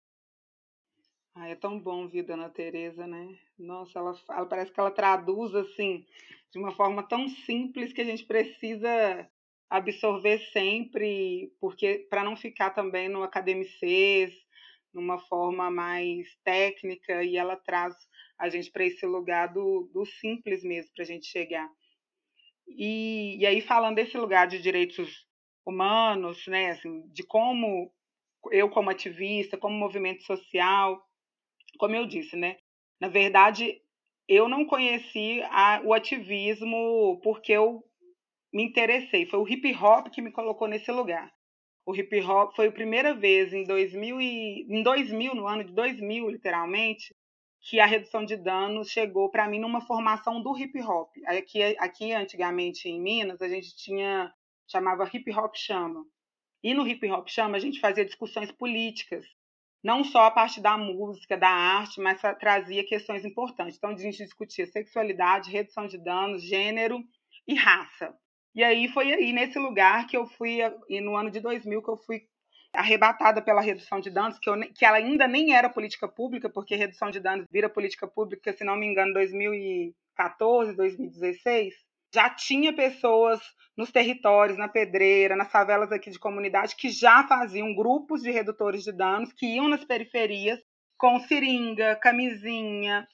Ah, é tão bom ouvir Dona Tereza, né? Nossa, ela, ela parece que ela traduz assim de uma forma tão simples que a gente precisa absorver sempre, porque para não ficar também no academicês, numa forma mais técnica, e ela traz a gente para esse lugar do, do simples mesmo, para a gente chegar. E, e aí, falando desse lugar de direitos humanos, né, assim, de como eu, como ativista, como movimento social, como eu disse, né, na verdade, eu não conheci a, o ativismo porque eu me interessei. Foi o hip hop que me colocou nesse lugar. O hip hop foi a primeira vez em dois mil, e, em dois mil, no ano de dois mil, literalmente, que a redução de danos chegou para mim numa formação do hip hop. Aqui, aqui, antigamente, em Minas, a gente tinha, chamava hip hop chama. E no hip hop chama a gente fazia discussões políticas, não só a parte da música, da arte, mas trazia questões importantes. Então, a gente discutia sexualidade, redução de danos, gênero e raça. E aí foi aí, nesse lugar, que eu fui, e no ano de dois mil, que eu fui arrebatada pela redução de danos, que, eu, que ela ainda nem era política pública, porque redução de danos vira política pública, se não me engano, dois mil e quatorze, dois mil e dezesseis. Já tinha pessoas nos territórios, na Pedreira, nas favelas aqui de comunidade, que já faziam grupos de redutores de danos, que iam nas periferias com seringa, camisinha,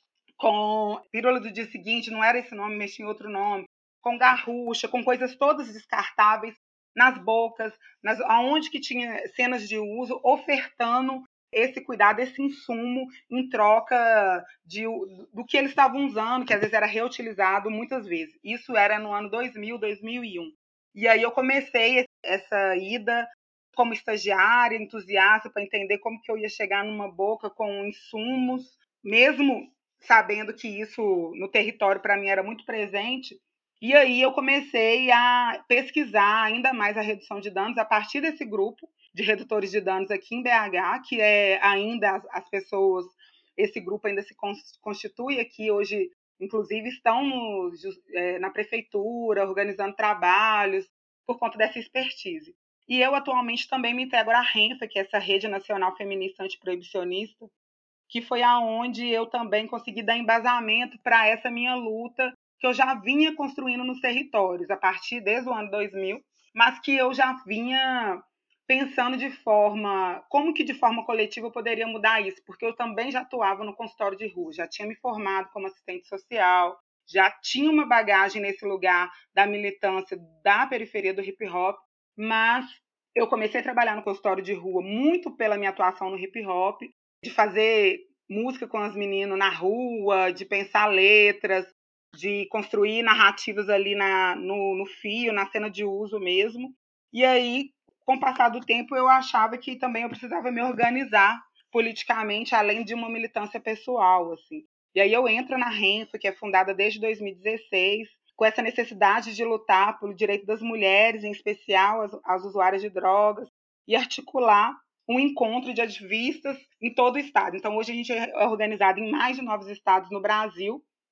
com pílula do dia seguinte, não era esse nome, mexia em outro nome, com garrucha, com coisas todas descartáveis, nas bocas, nas, aonde que tinha cenas de uso, ofertando esse cuidado, esse insumo em troca de, do que eles estavam usando, que às vezes era reutilizado muitas vezes. Isso era no ano dois mil, dois mil e um. E aí eu comecei essa ida como estagiária, entusiasta, para entender como que eu ia chegar numa boca com insumos, mesmo sabendo que isso no território para mim era muito presente. E aí eu comecei a pesquisar ainda mais a redução de danos a partir desse grupo de redutores de danos aqui em B H, que é ainda as, as pessoas, esse grupo ainda se constitui aqui hoje, inclusive estão no, é, na prefeitura, organizando trabalhos, por conta dessa expertise. E eu atualmente também me integro à RENFA, que é essa Rede Nacional Feminista Antiproibicionista, que foi aonde eu também consegui dar embasamento para essa minha luta, que eu já vinha construindo nos territórios, a partir desde o ano dois mil, mas que eu já vinha pensando de forma, como que de forma coletiva eu poderia mudar isso, porque eu também já atuava no consultório de rua, já tinha me formado como assistente social, já tinha uma bagagem nesse lugar da militância da periferia do hip hop, mas eu comecei a trabalhar no consultório de rua muito pela minha atuação no hip hop, de fazer música com as meninas na rua, de pensar letras, de construir narrativas ali na, no, no fio, na cena de uso mesmo. E aí, com o passar do tempo, eu achava que também eu precisava me organizar politicamente, além de uma militância pessoal, assim. E aí eu entro na RENFA, que é fundada desde dois mil e dezesseis, com essa necessidade de lutar pelo direito das mulheres, em especial as, as usuárias de drogas, e articular um encontro de ativistas em todo o estado. Então, hoje a gente é organizado em mais de nove estados no Brasil,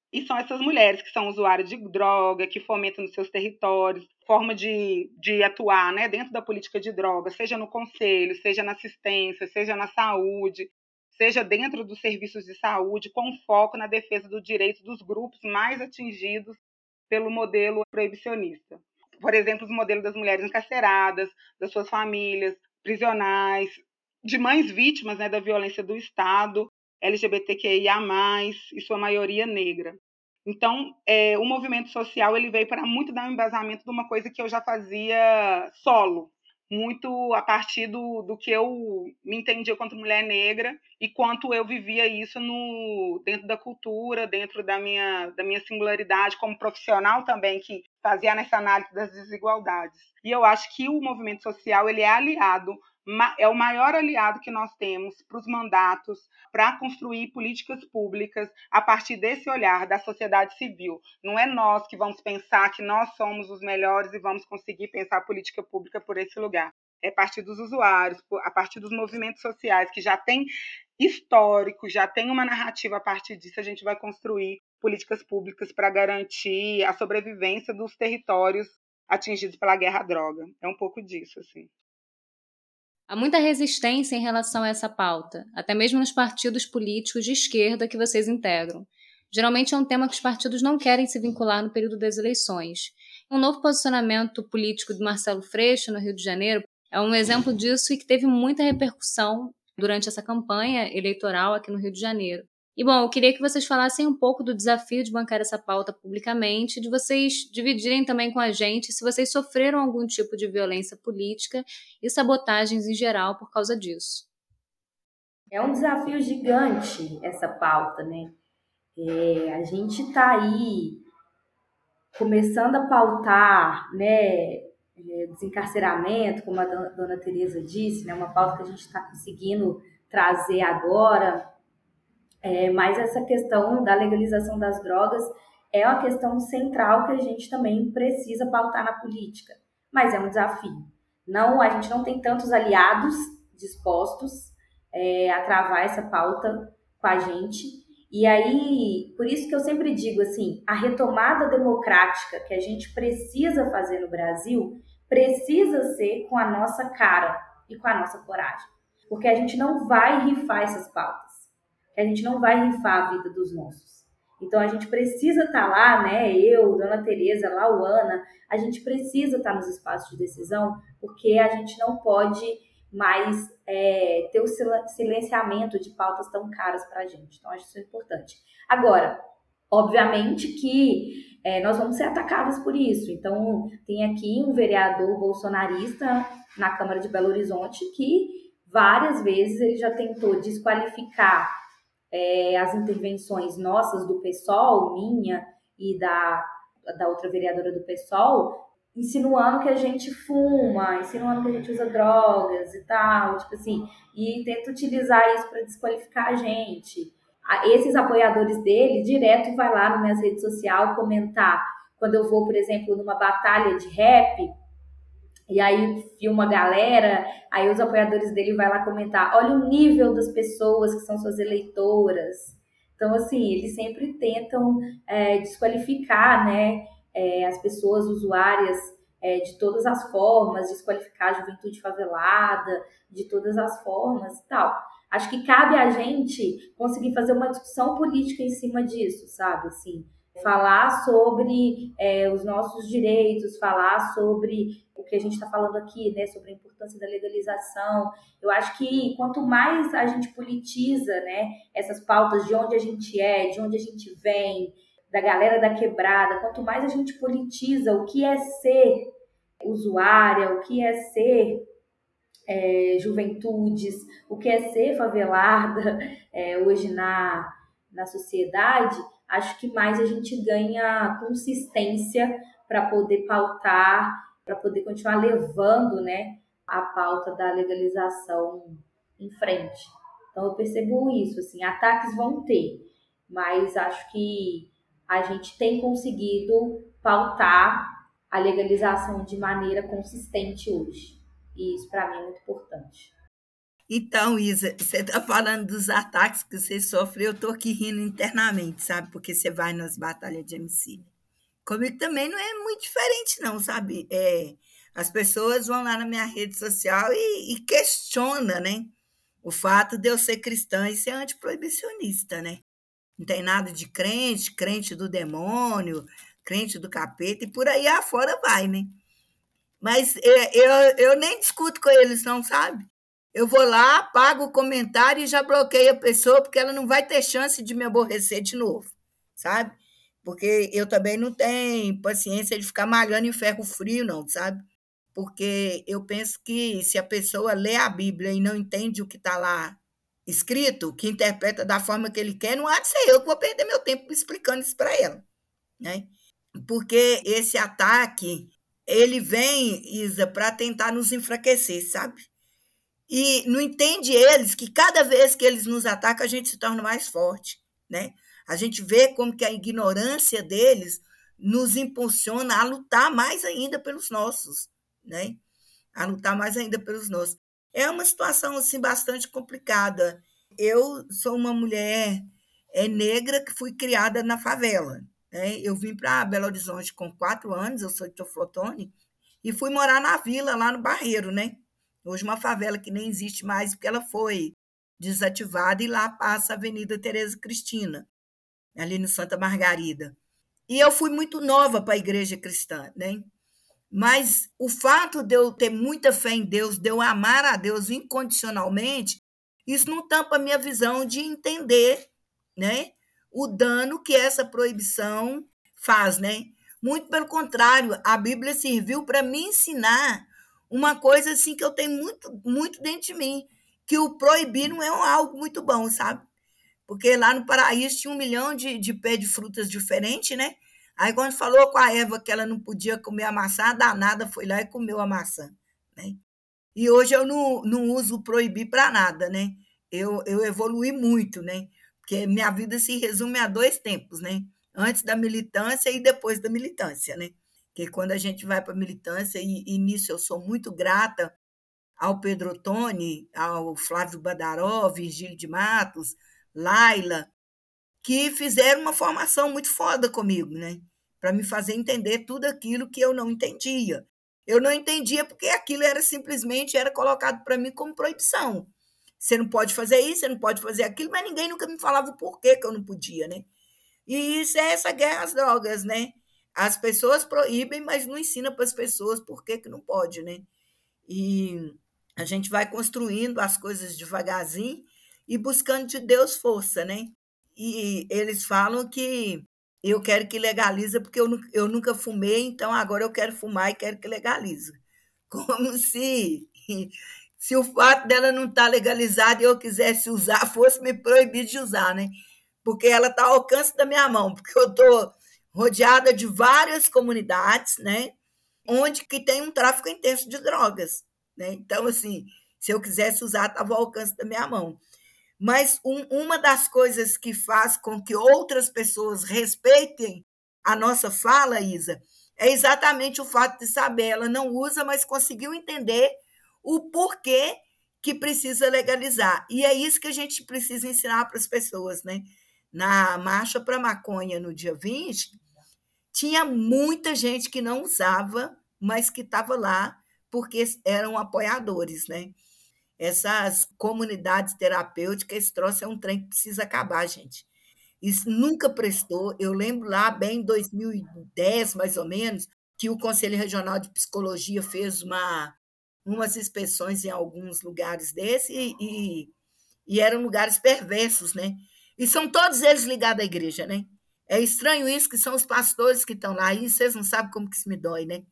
E são essas mulheres que são usuárias de droga, que fomentam nos seus territórios, forma de, de atuar, né, dentro da política de droga, seja no conselho, seja na assistência, seja na saúde, seja dentro dos serviços de saúde, com foco na defesa do direito dos grupos mais atingidos pelo modelo proibicionista. Por exemplo, os modelos das mulheres encarceradas, das suas famílias, prisionais, de mães vítimas, né, da violência do Estado, L G B T Q I A mais, e sua maioria negra. Então, é, o movimento social ele veio para muito dar um embasamento de uma coisa que eu já fazia solo, muito a partir do, do que eu me entendia quanto mulher negra e quanto eu vivia isso no, dentro da cultura, dentro da minha, da minha singularidade como profissional também, que fazia nessa análise das desigualdades. E eu acho que o movimento social ele é aliado, é o maior aliado que nós temos para os mandatos, para construir políticas públicas a partir desse olhar da sociedade civil. Não é nós que vamos pensar que nós somos os melhores e vamos conseguir pensar a política pública por esse lugar. É a partir dos usuários, a partir dos movimentos sociais que já têm histórico, já tem uma narrativa a partir disso, a gente vai construir políticas públicas para garantir a sobrevivência dos territórios atingidos pela guerra à droga. É um pouco disso, assim. Há muita resistência em relação a essa pauta, até mesmo nos partidos políticos de esquerda que vocês integram. Geralmente é um tema que os partidos não querem se vincular no período das eleições. Um novo posicionamento político de Marcelo Freixo, no Rio de Janeiro, é um exemplo disso e que teve muita repercussão durante essa campanha eleitoral aqui no Rio de Janeiro. E, bom, eu queria que vocês falassem um pouco do desafio de bancar essa pauta publicamente, de vocês dividirem também com a gente se vocês sofreram algum tipo de violência política e sabotagens em geral por causa disso. É um desafio gigante essa pauta, né? É, a gente está aí começando a pautar, né, desencarceramento, como a dona Tereza disse, né, uma pauta que a gente está conseguindo trazer agora. É, mas essa questão da legalização das drogas é uma questão central que a gente também precisa pautar na política. Mas é um desafio. Não, a gente não tem tantos aliados dispostos é, a travar essa pauta com a gente. E aí, por isso que eu sempre digo assim, a retomada democrática que a gente precisa fazer no Brasil precisa ser com a nossa cara e com a nossa coragem. Porque a gente não vai rifar essas pautas. A gente não vai rifar a vida dos nossos. Então, a gente precisa estar lá, né? Eu, Dona Tereza, Lauana, a gente precisa estar nos espaços de decisão, porque a gente não pode mais é, ter o silenciamento de pautas tão caras para a gente. Então, acho isso importante. Agora, obviamente que é, nós vamos ser atacadas por isso. Então, tem aqui um vereador bolsonarista na Câmara de Belo Horizonte que várias vezes ele já tentou desqualificar É, as intervenções nossas do PSOL, minha e da, da outra vereadora do PSOL, insinuando que a gente fuma, insinuando que a gente usa drogas e tal, tipo assim, e tenta utilizar isso para desqualificar a gente. Esses apoiadores dele, direto vai lá nas minhas redes sociais comentar, quando eu vou, por exemplo, numa batalha de rap, e aí filma a galera, aí os apoiadores dele vai lá comentar, olha o nível das pessoas que são suas eleitoras. Então, assim, eles sempre tentam é, desqualificar, né, é, as pessoas usuárias é, de todas as formas, desqualificar a juventude favelada, de todas as formas e tal. Acho que cabe a gente conseguir fazer uma discussão política em cima disso, sabe, assim, falar sobre é, os nossos direitos, falar sobre o que a gente está falando aqui, né, sobre a importância da legalização. Eu acho que quanto mais a gente politiza, né, essas pautas de onde a gente é, de onde a gente vem, da galera da quebrada, quanto mais a gente politiza o que é ser usuária, o que é ser é, juventudes, o que é ser favelada é, hoje na, na sociedade, acho que mais a gente ganha consistência para poder pautar, para poder continuar levando, né, a pauta da legalização em frente. Então eu percebo isso, assim, ataques vão ter, mas acho que a gente tem conseguido pautar a legalização de maneira consistente hoje. E isso para mim é muito importante. Então, Isa, você está falando dos ataques que você sofre, eu estou aqui rindo internamente, sabe? Porque você vai nas batalhas de M C. Comigo também não é muito diferente, não, sabe? É, as pessoas vão lá na minha rede social e, e questionam, né? O fato de eu ser cristã e ser antiproibicionista, né? Não tem nada de crente, crente do demônio, crente do capeta, e por aí afora vai, né? Mas é, eu, eu nem discuto com eles, não, sabe? Eu vou lá, apago o comentário e já bloqueio a pessoa, porque ela não vai ter chance de me aborrecer de novo, sabe? Porque eu também não tenho paciência de ficar malhando em ferro frio, não, sabe? Porque eu penso que se a pessoa lê a Bíblia e não entende o que está lá escrito, que interpreta da forma que ele quer, não há de ser eu que vou perder meu tempo explicando isso para ela, né? Porque esse ataque, ele vem, Isa, para tentar nos enfraquecer, sabe? E não entende eles que cada vez que eles nos atacam, a gente se torna mais forte, né? A gente vê como que a ignorância deles nos impulsiona a lutar mais ainda pelos nossos, né? A lutar mais ainda pelos nossos. É uma situação assim bastante complicada. Eu sou uma mulher é, negra que fui criada na favela, né? Eu vim para Belo Horizonte com quatro anos, eu sou de Teoflotone, e fui morar na vila, lá no Barreiro, né? Hoje uma favela que nem existe mais, porque ela foi desativada, e lá passa a Avenida Tereza Cristina, ali no Santa Margarida. E eu fui muito nova para a igreja cristã, né? Mas o fato de eu ter muita fé em Deus, de eu amar a Deus incondicionalmente, isso não tampa a minha visão de entender, né, o dano que essa proibição faz, né? Muito pelo contrário, a Bíblia serviu para me ensinar uma coisa assim que eu tenho muito, muito dentro de mim, que o proibir não é algo muito bom, sabe? Porque lá no paraíso tinha um milhão de, de pés de frutas diferentes, né? Aí, quando falou com a Eva que ela não podia comer a maçã, a danada foi lá e comeu a maçã, né? E hoje eu não, não uso proibir para nada, né? Eu, eu evoluí muito, né? Porque minha vida se resume a dois tempos, né? Antes da militância e depois da militância, né? Porque quando a gente vai para a militância, e, e nisso eu sou muito grata ao Pedro Ottoni, ao Flávio Badaró, Virgílio de Matos, Laila, que fizeram uma formação muito foda comigo, né? Para me fazer entender tudo aquilo que eu não entendia. Eu não entendia porque aquilo era simplesmente era colocado para mim como proibição. Você não pode fazer isso, você não pode fazer aquilo, mas ninguém nunca me falava o porquê que eu não podia, né? E isso é essa guerra às drogas, né? As pessoas proíbem, mas não ensinam para as pessoas por que que não pode, né? E a gente vai construindo as coisas devagarzinho e buscando de Deus força, né? E eles falam que eu quero que legalize porque eu, eu nunca fumei, então agora eu quero fumar e quero que legalize. Como se, se o fato dela não estar legalizada e eu quisesse usar, fosse me proibir de usar, né? Porque ela está ao alcance da minha mão, porque eu estou rodeada de várias comunidades, né? Onde que tem um tráfico intenso de drogas, né? Então, assim, se eu quisesse usar, estava ao alcance da minha mão. Mas um, uma das coisas que faz com que outras pessoas respeitem a nossa fala, Isa, é exatamente o fato de saber. Ela não usa, mas conseguiu entender o porquê que precisa legalizar. E é isso que a gente precisa ensinar para as pessoas, né? Na Marcha para a Maconha, no dia vinte, tinha muita gente que não usava, mas que estava lá porque eram apoiadores, né? Essas comunidades terapêuticas, esse troço é um trem que precisa acabar, gente. Isso nunca prestou. Eu lembro lá, bem em dois mil e dez, mais ou menos, que o Conselho Regional de Psicologia fez uma, umas inspeções em alguns lugares desses e, e, e eram lugares perversos, né? E são todos eles ligados à igreja, né? É estranho isso, que são os pastores que estão lá, e vocês não sabem como que isso me dói, né?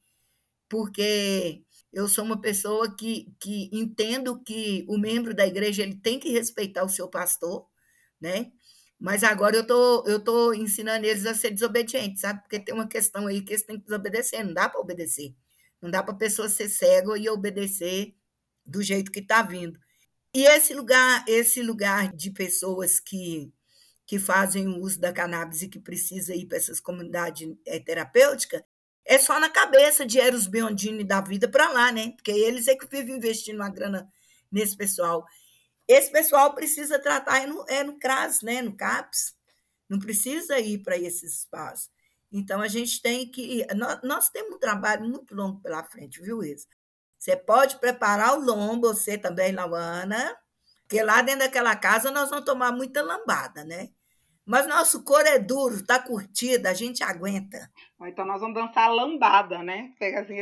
Porque eu sou uma pessoa que, que entendo que o membro da igreja ele tem que respeitar o seu pastor, né? Mas agora eu tô, eu tô ensinando eles a ser desobedientes, sabe? Porque tem uma questão aí que eles têm que desobedecer, não dá para obedecer. Não dá para a pessoa ser cega e obedecer do jeito que está vindo. E esse lugar, esse lugar de pessoas que, que fazem o uso da cannabis e que precisa ir para essas comunidades é, terapêuticas, é só na cabeça de Eros Biondini da vida para lá, né? Porque eles é que vivem investindo uma grana nesse pessoal. esse pessoal precisa tratar é no, é no CRAS, né? No CAPS, não precisa ir para esses espaços. Então, a gente tem que. Nós, nós temos um trabalho muito longo pela frente, viu, Isa? Você pode preparar o lombo, você também, Lauana, porque lá dentro daquela casa nós vamos tomar muita lambada, né? Mas nosso couro é duro, está curtido, a gente aguenta. Então nós vamos dançar lambada, né? Pega assim,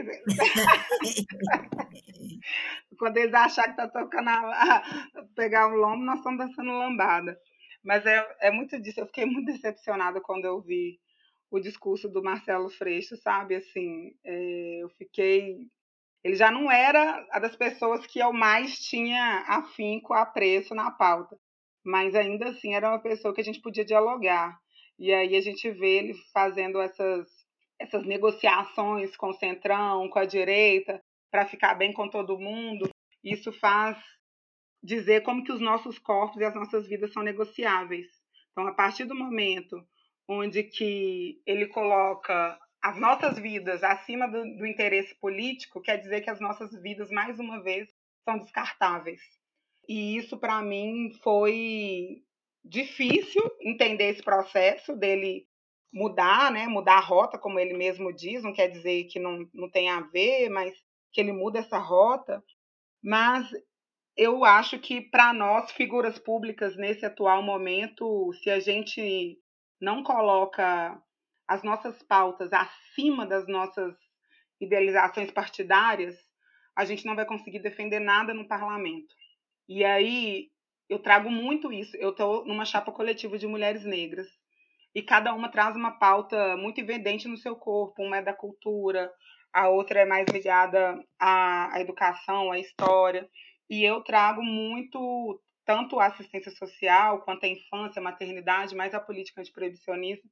quando eles achar que tá tocando a, pegar o lombo, nós estamos dançando lambada. Mas é, é muito disso. Eu fiquei muito decepcionada quando eu vi o discurso do Marcelo Freixo, sabe? Assim, é, eu fiquei. Ele já não era a das pessoas que eu mais tinha afinco, apreço na pauta, mas ainda assim era uma pessoa que a gente podia dialogar. E aí a gente vê ele fazendo essas, essas negociações com o Centrão, com a direita, para ficar bem com todo mundo. Isso faz dizer como que os nossos corpos e as nossas vidas são negociáveis. Então, a partir do momento onde que ele coloca as nossas vidas acima do, do interesse político, quer dizer que as nossas vidas, mais uma vez, são descartáveis. E isso, para mim, foi difícil entender esse processo dele mudar, né? Mudar a rota, como ele mesmo diz, não quer dizer que não, não tem a ver, mas que ele muda essa rota. Mas eu acho que, para nós, figuras públicas, nesse atual momento, se a gente não coloca as nossas pautas acima das nossas idealizações partidárias, a gente não vai conseguir defender nada no parlamento. E aí eu trago muito isso. Eu estou numa chapa coletiva de mulheres negras e cada uma traz uma pauta muito evidente no seu corpo. Uma é da cultura, a outra é mais ligada à, à educação, à história. E eu trago muito, tanto a assistência social, quanto a infância, a maternidade, mais a política antiproibicionista.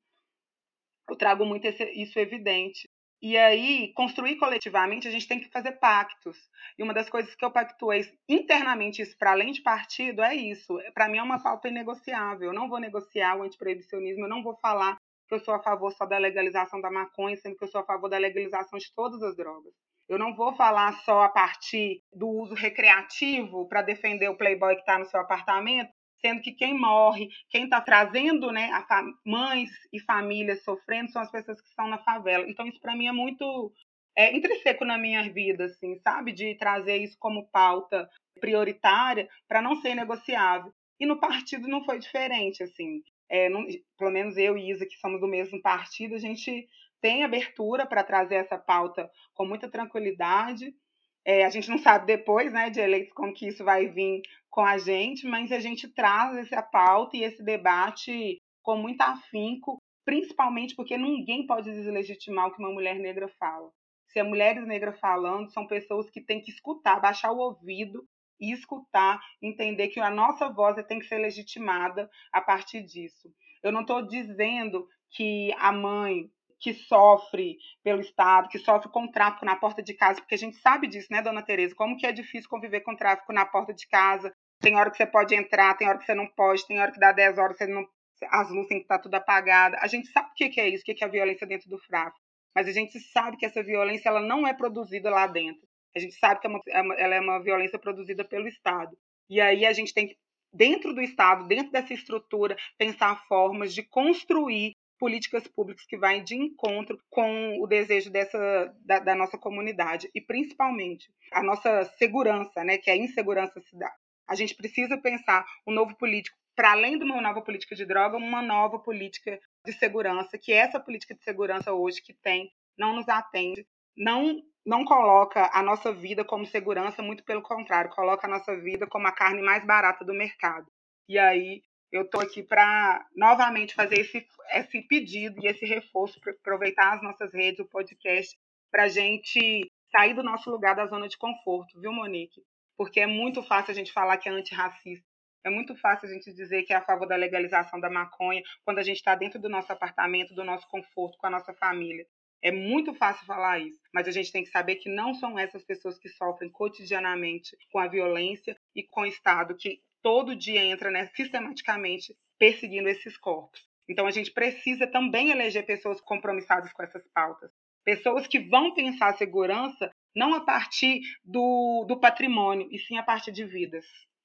Eu trago muito esse, isso evidente. E aí, construir coletivamente, a gente tem que fazer pactos. E uma das coisas que eu pactuei internamente, isso para além de partido, é isso. Para mim é uma pauta inegociável. Eu não vou negociar o antiproibicionismo, eu não vou falar que eu sou a favor só da legalização da maconha, sendo que eu sou a favor da legalização de todas as drogas. Eu não vou falar só a partir do uso recreativo para defender o playboy que está no seu apartamento, sendo que quem morre, quem está trazendo, né, a mães e famílias sofrendo são as pessoas que estão na favela. Então, isso para mim é muito é, intrínseco na minha vida, assim, sabe? De trazer isso como pauta prioritária para não ser negociável. E no partido não foi diferente, assim. É, não, pelo menos eu e Isa, que somos do mesmo partido, a gente tem abertura para trazer essa pauta com muita tranquilidade. É, a gente não sabe depois, né, de eleitos, como que isso vai vir com a gente, mas a gente traz essa pauta e esse debate com muito afinco, principalmente porque ninguém pode deslegitimar o que uma mulher negra fala. Se é mulheres negras falando, são pessoas que têm que escutar, baixar o ouvido e escutar, entender que a nossa voz tem que ser legitimada a partir disso. Eu não estou dizendo que a mãe que sofre pelo Estado, que sofre com tráfico na porta de casa, porque a gente sabe disso, né, dona Tereza? Como que é difícil conviver com tráfico na porta de casa. Tem hora que você pode entrar, tem hora que você não pode, tem hora que dá dez horas, você não, as luzes têm que estar tudo apagada. A gente sabe o que é isso, o que é a violência dentro do tráfico. Mas a gente sabe que essa violência ela não é produzida lá dentro. A gente sabe que é uma, ela é uma violência produzida pelo Estado. E aí a gente tem que, dentro do Estado, dentro dessa estrutura, pensar formas de construir políticas públicas que vai de encontro com o desejo dessa, da, da nossa comunidade e, principalmente, a nossa segurança, né, que é a insegurança se dá. A gente precisa pensar um novo político, para além de uma nova política de droga, uma nova política de segurança, que essa política de segurança hoje que tem não nos atende, não, não coloca a nossa vida como segurança, muito pelo contrário, coloca a nossa vida como a carne mais barata do mercado. E aí eu estou aqui para novamente fazer esse, esse pedido e esse reforço, para aproveitar as nossas redes, o podcast, para a gente sair do nosso lugar da zona de conforto, viu, Monique? Porque é muito fácil a gente falar que é antirracista, é muito fácil a gente dizer que é a favor da legalização da maconha quando a gente está dentro do nosso apartamento, do nosso conforto, com a nossa família. É muito fácil falar isso, mas a gente tem que saber que não são essas pessoas que sofrem cotidianamente com a violência e com o Estado que todo dia entra, né, sistematicamente perseguindo esses corpos. Então a gente precisa também eleger pessoas compromissadas com essas pautas. Pessoas que vão pensar a segurança não a partir do, do patrimônio, e sim a partir de vidas.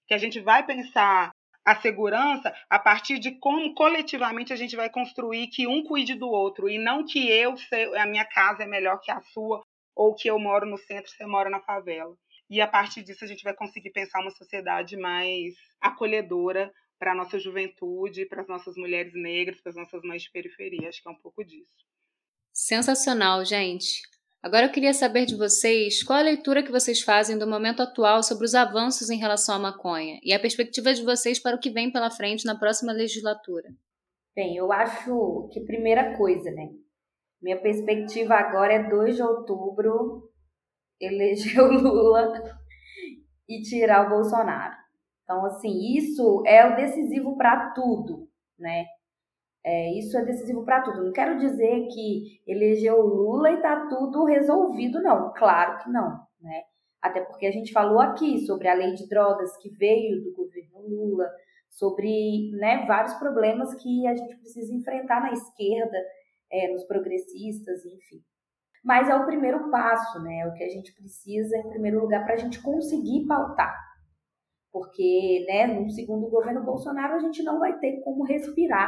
que a gente vai pensar a segurança a partir de como coletivamente a gente vai construir que um cuide do outro, e não que eu sei, a minha casa é melhor que a sua, ou que eu moro no centro, você mora na favela. E a partir disso a gente vai conseguir pensar uma sociedade mais acolhedora para a nossa juventude, para as nossas mulheres negras, para as nossas mães de periferia. Acho que é um pouco disso. Sensacional, gente. Agora eu queria saber de vocês qual a leitura que vocês fazem do momento atual sobre os avanços em relação à maconha e a perspectiva de vocês para o que vem pela frente na próxima legislatura. Bem, eu acho que primeira coisa, né? Minha perspectiva agora é dois de outubro, eleger o Lula e tirar o Bolsonaro. Então, assim, isso é o decisivo para tudo, né? É, isso é decisivo para tudo. Não quero dizer que elegeu o Lula e está tudo resolvido, não. Claro que não, né? Até porque a gente falou aqui sobre a lei de drogas que veio do governo Lula, sobre, né, vários problemas que a gente precisa enfrentar na esquerda, é, nos progressistas, enfim. Mas é o primeiro passo, né? É o que a gente precisa, em primeiro lugar, para a gente conseguir pautar. Porque, né, no segundo governo Bolsonaro, a gente não vai ter como respirar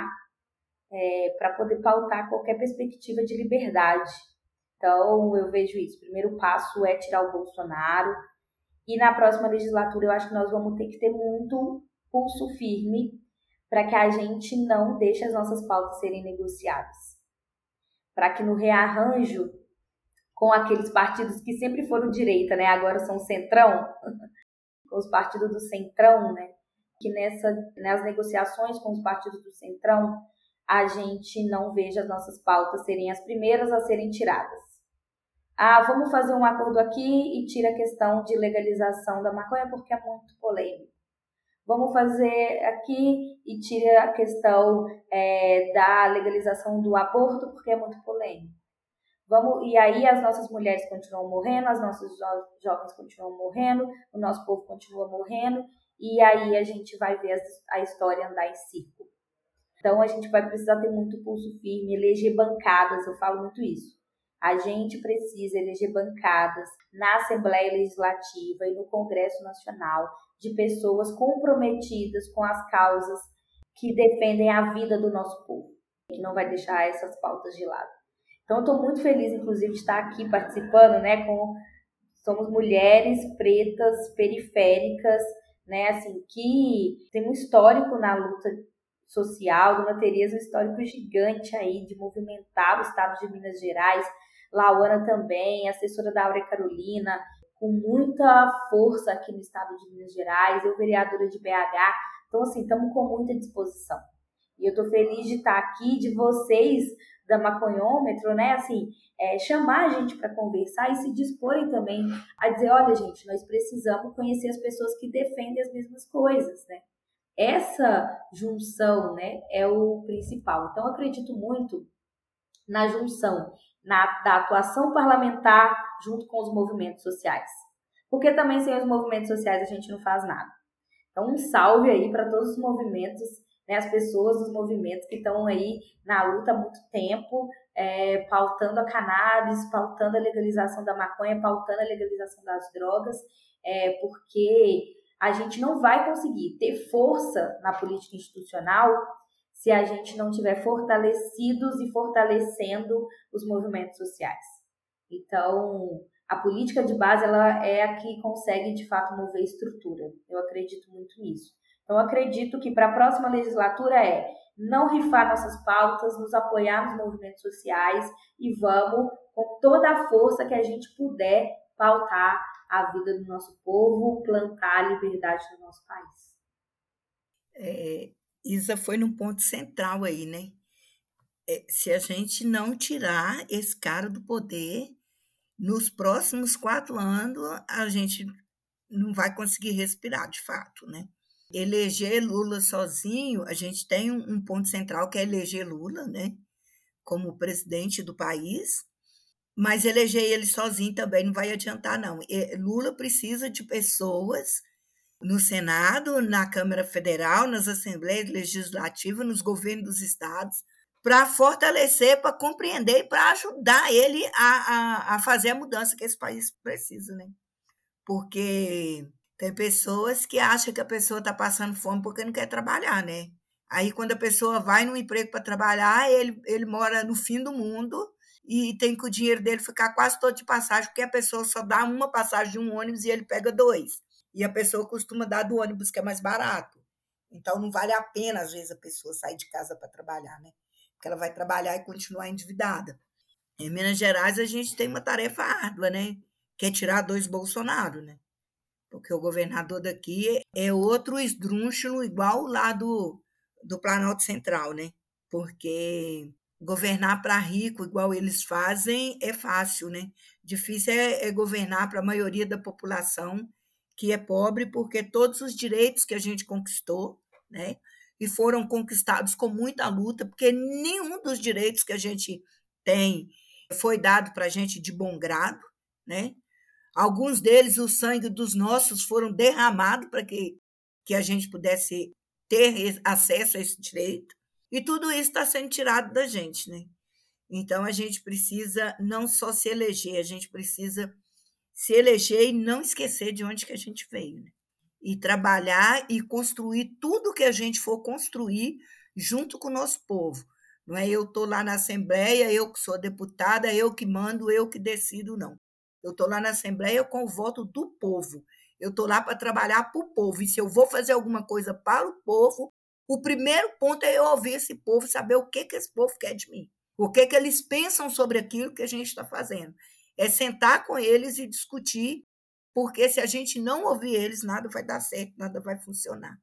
é, para poder pautar qualquer perspectiva de liberdade. Então, eu vejo isso. O primeiro passo é tirar o Bolsonaro. E na próxima legislatura, eu acho que nós vamos ter que ter muito pulso firme para que a gente não deixe as nossas pautas serem negociadas. Para que no rearranjo com aqueles partidos que sempre foram direita, né? Agora são centrão, com os partidos do centrão, né? Que nessa, nas negociações com os partidos do centrão, a gente não veja as nossas pautas serem as primeiras a serem tiradas. Ah, vamos fazer um acordo aqui e tira a questão de legalização da maconha porque é muito polêmico. Vamos fazer aqui e tira a questão é, da legalização do aborto porque é muito polêmico. Vamos, e aí as nossas mulheres continuam morrendo, as nossas jo- jovens continuam morrendo, o nosso povo continua morrendo, e aí a gente vai ver a, a história andar em círculo. Então a gente vai precisar ter muito pulso firme, eleger bancadas, eu falo muito isso. A gente precisa eleger bancadas na Assembleia Legislativa e no Congresso Nacional de pessoas comprometidas com as causas que defendem a vida do nosso povo, que não vai deixar essas pautas de lado. Então, eu estou muito feliz, inclusive, de estar aqui participando, né? Com, somos mulheres pretas, periféricas, né? Assim, que tem um histórico na luta social. Dona Tereza, um histórico gigante aí de movimentar o estado de Minas Gerais. Lauana também, assessora da Áurea Carolina, com muita força aqui no estado de Minas Gerais. Eu, vereadora de B H. Então, assim, estamos com muita disposição. E eu estou feliz de estar aqui, de vocês da Maconhômetro, né, assim, é, chamar a gente para conversar e se disporem também a dizer, olha, gente, nós precisamos conhecer as pessoas que defendem as mesmas coisas, né. Essa junção, né, é o principal. Então, eu acredito muito na junção na, da atuação parlamentar junto com os movimentos sociais. Porque também sem os movimentos sociais a gente não faz nada. Então, um salve aí para todos os movimentos, né, as pessoas dos movimentos que estão aí na luta há muito tempo, é, pautando a cannabis, pautando a legalização da maconha, pautando a legalização das drogas, é, porque a gente não vai conseguir ter força na política institucional se a gente não tiver fortalecidos e fortalecendo os movimentos sociais. Então, a política de base ela é a que consegue, de fato, mover estrutura. Eu acredito muito nisso. Então, eu acredito que para a próxima legislatura é não rifar nossas pautas, nos apoiar nos movimentos sociais e vamos, com toda a força que a gente puder, pautar a vida do nosso povo, plantar a liberdade no nosso país. É, Isa foi num ponto central aí, né? É, se a gente não tirar esse cara do poder, nos próximos quatro anos a gente não vai conseguir respirar, de fato, né? Eleger Lula sozinho, a gente tem um, um ponto central que é eleger Lula, né? Como presidente do país, mas eleger ele sozinho também não vai adiantar, não. E Lula precisa de pessoas no Senado, na Câmara Federal, nas Assembleias Legislativas, nos governos dos estados, para fortalecer, para compreender e para ajudar ele a, a, a fazer a mudança que esse país precisa, né? Porque Tem pessoas que acham que a pessoa está passando fome porque não quer trabalhar, né? Aí, quando a pessoa vai num emprego para trabalhar, ele, ele mora no fim do mundo e tem que o dinheiro dele ficar quase todo de passagem, porque a pessoa só dá uma passagem de um ônibus e ele pega dois. E a pessoa costuma dar do ônibus, que é mais barato. Então, não vale a pena, às vezes, a pessoa sair de casa para trabalhar, né? Porque ela vai trabalhar e continuar endividada. Em Minas Gerais, a gente tem uma tarefa árdua, né? Que é tirar dois Bolsonaro, né? Porque o governador daqui é outro esdrúxulo igual lá do, do Planalto Central, né? Porque governar para rico, igual eles fazem, é fácil, né? Difícil é, é governar para a maioria da população que é pobre, porque todos os direitos que a gente conquistou, né? E foram conquistados com muita luta, porque nenhum dos direitos que a gente tem foi dado para a gente de bom grado, né? Alguns deles, o sangue dos nossos foram derramados para que, que a gente pudesse ter acesso a esse direito. E tudo isso está sendo tirado da gente, né? Então, a gente precisa não só se eleger, a gente precisa se eleger e não esquecer de onde que a gente veio, né? E trabalhar e construir tudo que a gente for construir junto com o nosso povo. Não é eu estou lá na Assembleia, eu que sou deputada, eu que mando, eu que decido, não. Eu estou lá na Assembleia com o voto do povo. Eu estou lá para trabalhar para o povo. E se eu vou fazer alguma coisa para o povo, o primeiro ponto é eu ouvir esse povo, saber o que, que esse povo quer de mim. O que, que eles pensam sobre aquilo que a gente está fazendo. É sentar com eles e discutir, porque se a gente não ouvir eles, nada vai dar certo, nada vai funcionar.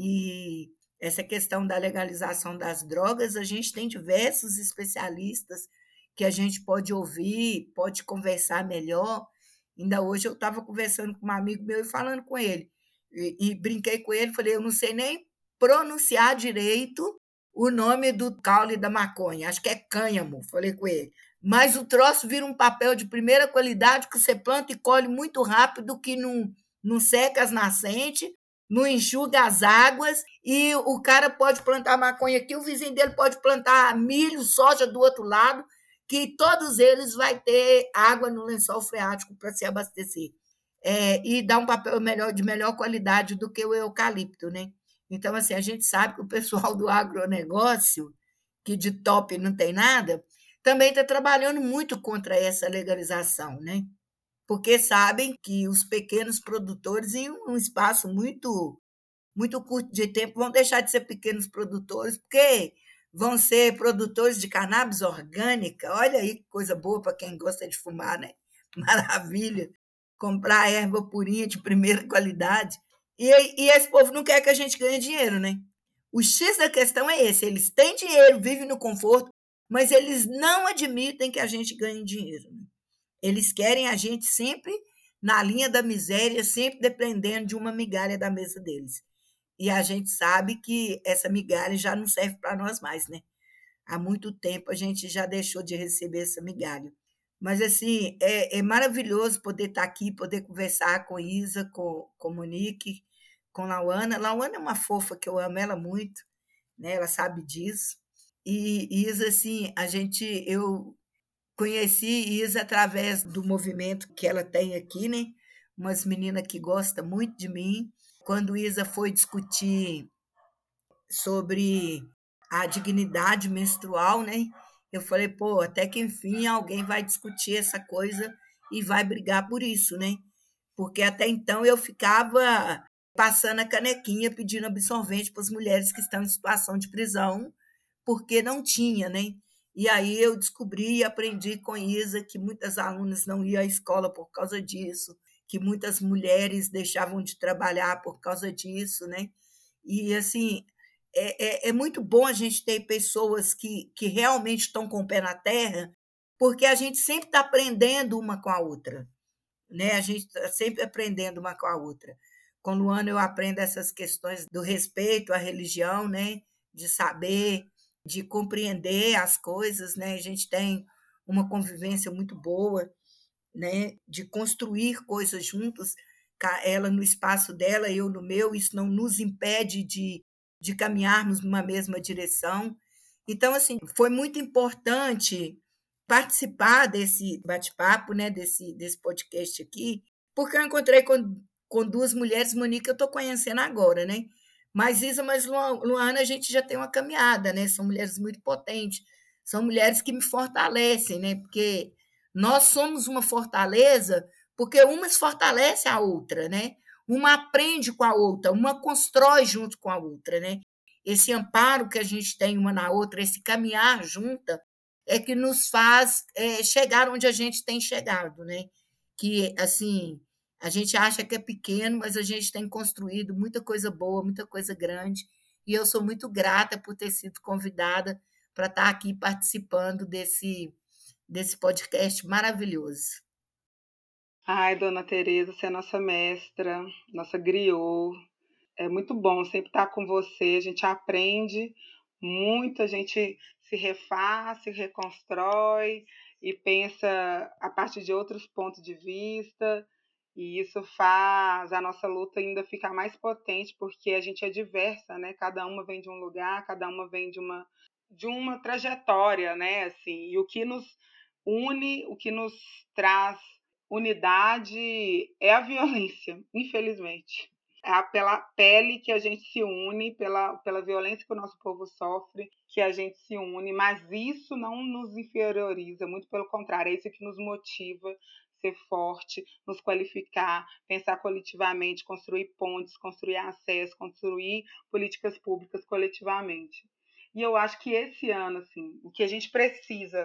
E essa questão da legalização das drogas, a gente tem diversos especialistas que a gente pode ouvir, pode conversar melhor. Ainda hoje eu estava conversando com um amigo meu e falando com ele. E, e brinquei com ele, falei, eu não sei nem pronunciar direito o nome do caule da maconha, acho que é cânhamo, falei com ele. Mas o troço vira um papel de primeira qualidade que você planta e colhe muito rápido, que não, não seca as nascentes, não enxuga as águas, e o cara pode plantar maconha aqui, o vizinho dele pode plantar milho, soja do outro lado, que todos eles vão ter água no lençol freático para se abastecer. É, e dar um papel melhor, de melhor qualidade do que o eucalipto, né? Então, assim, a gente sabe que o pessoal do agronegócio, que de top não tem nada, também está trabalhando muito contra essa legalização, né? Porque sabem que os pequenos produtores, em um espaço muito, muito curto de tempo, vão deixar de ser pequenos produtores, porque vão ser produtores de cannabis orgânica. Olha aí que coisa boa para quem gosta de fumar, né? Maravilha! Comprar erva purinha de primeira qualidade. E, e esse povo não quer que a gente ganhe dinheiro, né? O X da questão é esse: eles têm dinheiro, vivem no conforto, mas eles não admitem que a gente ganhe dinheiro. Né? Eles querem a gente sempre na linha da miséria, sempre dependendo de uma migalha da mesa deles. E a gente sabe que essa migalha já não serve para nós mais, né? Há muito tempo a gente já deixou de receber essa migalha. Mas, assim, é, é maravilhoso poder estar aqui, poder conversar com Isa, com, com Monique, com Lauana. Lauana é uma fofa que eu amo ela muito, né? Ela sabe disso. E Isa, assim, a gente, eu conheci Isa através do movimento que ela tem aqui, né? Umas meninas que gostam muito de mim. Quando Isa foi discutir sobre a dignidade menstrual, né? Eu falei, pô, até que enfim alguém vai discutir essa coisa e vai brigar por isso, né? Porque até então eu ficava passando a canequinha pedindo absorvente para as mulheres que estão em situação de prisão, porque não tinha, né? E aí eu descobri e aprendi com Isa que muitas alunas não iam à escola por causa disso, que muitas mulheres deixavam de trabalhar por causa disso, né? E, assim, é, é, é muito bom a gente ter pessoas que, que realmente estão com o pé na terra, porque a gente sempre está aprendendo uma com a outra, né? A gente está sempre aprendendo uma com a outra. Com Luana eu aprendo essas questões do respeito à religião, né? De saber, de compreender as coisas, né? A gente tem uma convivência muito boa, né? De construir coisas juntos, ela no espaço dela, eu no meu, isso não nos impede de, de caminharmos numa mesma direção. Então, assim, foi muito importante participar desse bate-papo, né? desse, desse podcast aqui, porque eu encontrei com, com duas mulheres, Monique eu estou conhecendo agora, né? Mas Isa, mas Luana, a gente já tem uma caminhada, né? São mulheres muito potentes, são mulheres que me fortalecem, né? Porque nós somos uma fortaleza, porque uma se fortalece a outra, né? Uma aprende com a outra, uma constrói junto com a outra, né? Esse amparo que a gente tem uma na outra, esse caminhar junta, é que nos faz é, chegar onde a gente tem chegado, né? Que, assim, a gente acha que é pequeno, mas a gente tem construído muita coisa boa, muita coisa grande, e eu sou muito grata por ter sido convidada para estar aqui participando desse, desse podcast maravilhoso. Ai, dona Tereza, você é nossa mestra, nossa griot. É muito bom sempre estar com você, a gente aprende muito, a gente se refaz, se reconstrói e pensa a partir de outros pontos de vista, e isso faz a nossa luta ainda ficar mais potente, porque a gente é diversa, né? Cada uma vem de um lugar, cada uma vem de uma, de uma trajetória, né? Assim, e o que nos une, o que nos traz unidade é a violência, infelizmente. É pela pele que a gente se une, pela, pela violência que o nosso povo sofre, que a gente se une, mas isso não nos inferioriza, muito pelo contrário, é isso que nos motiva ser forte, nos qualificar, pensar coletivamente, construir pontes, construir acesso, construir políticas públicas coletivamente. E eu acho que esse ano, assim, o que a gente precisa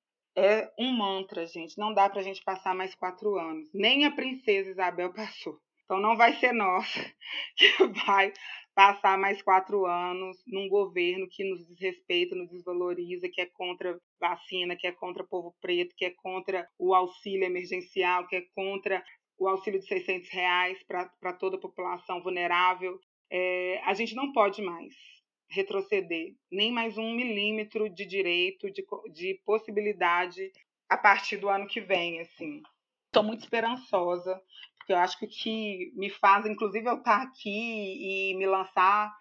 é um mantra, gente. Não dá para a gente passar mais quatro anos. Nem a princesa Isabel passou. Então não vai ser nós que vai passar mais quatro anos num governo que nos desrespeita, nos desvaloriza, que é contra vacina, que é contra povo preto, que é contra o auxílio emergencial, que é contra o auxílio de seiscentos reais para toda a população vulnerável. É, a gente não pode mais retroceder nem mais um milímetro de direito, de, de possibilidade a partir do ano que vem, assim. Estou muito esperançosa, porque eu acho que o que me faz, inclusive, eu estar aqui e me lançar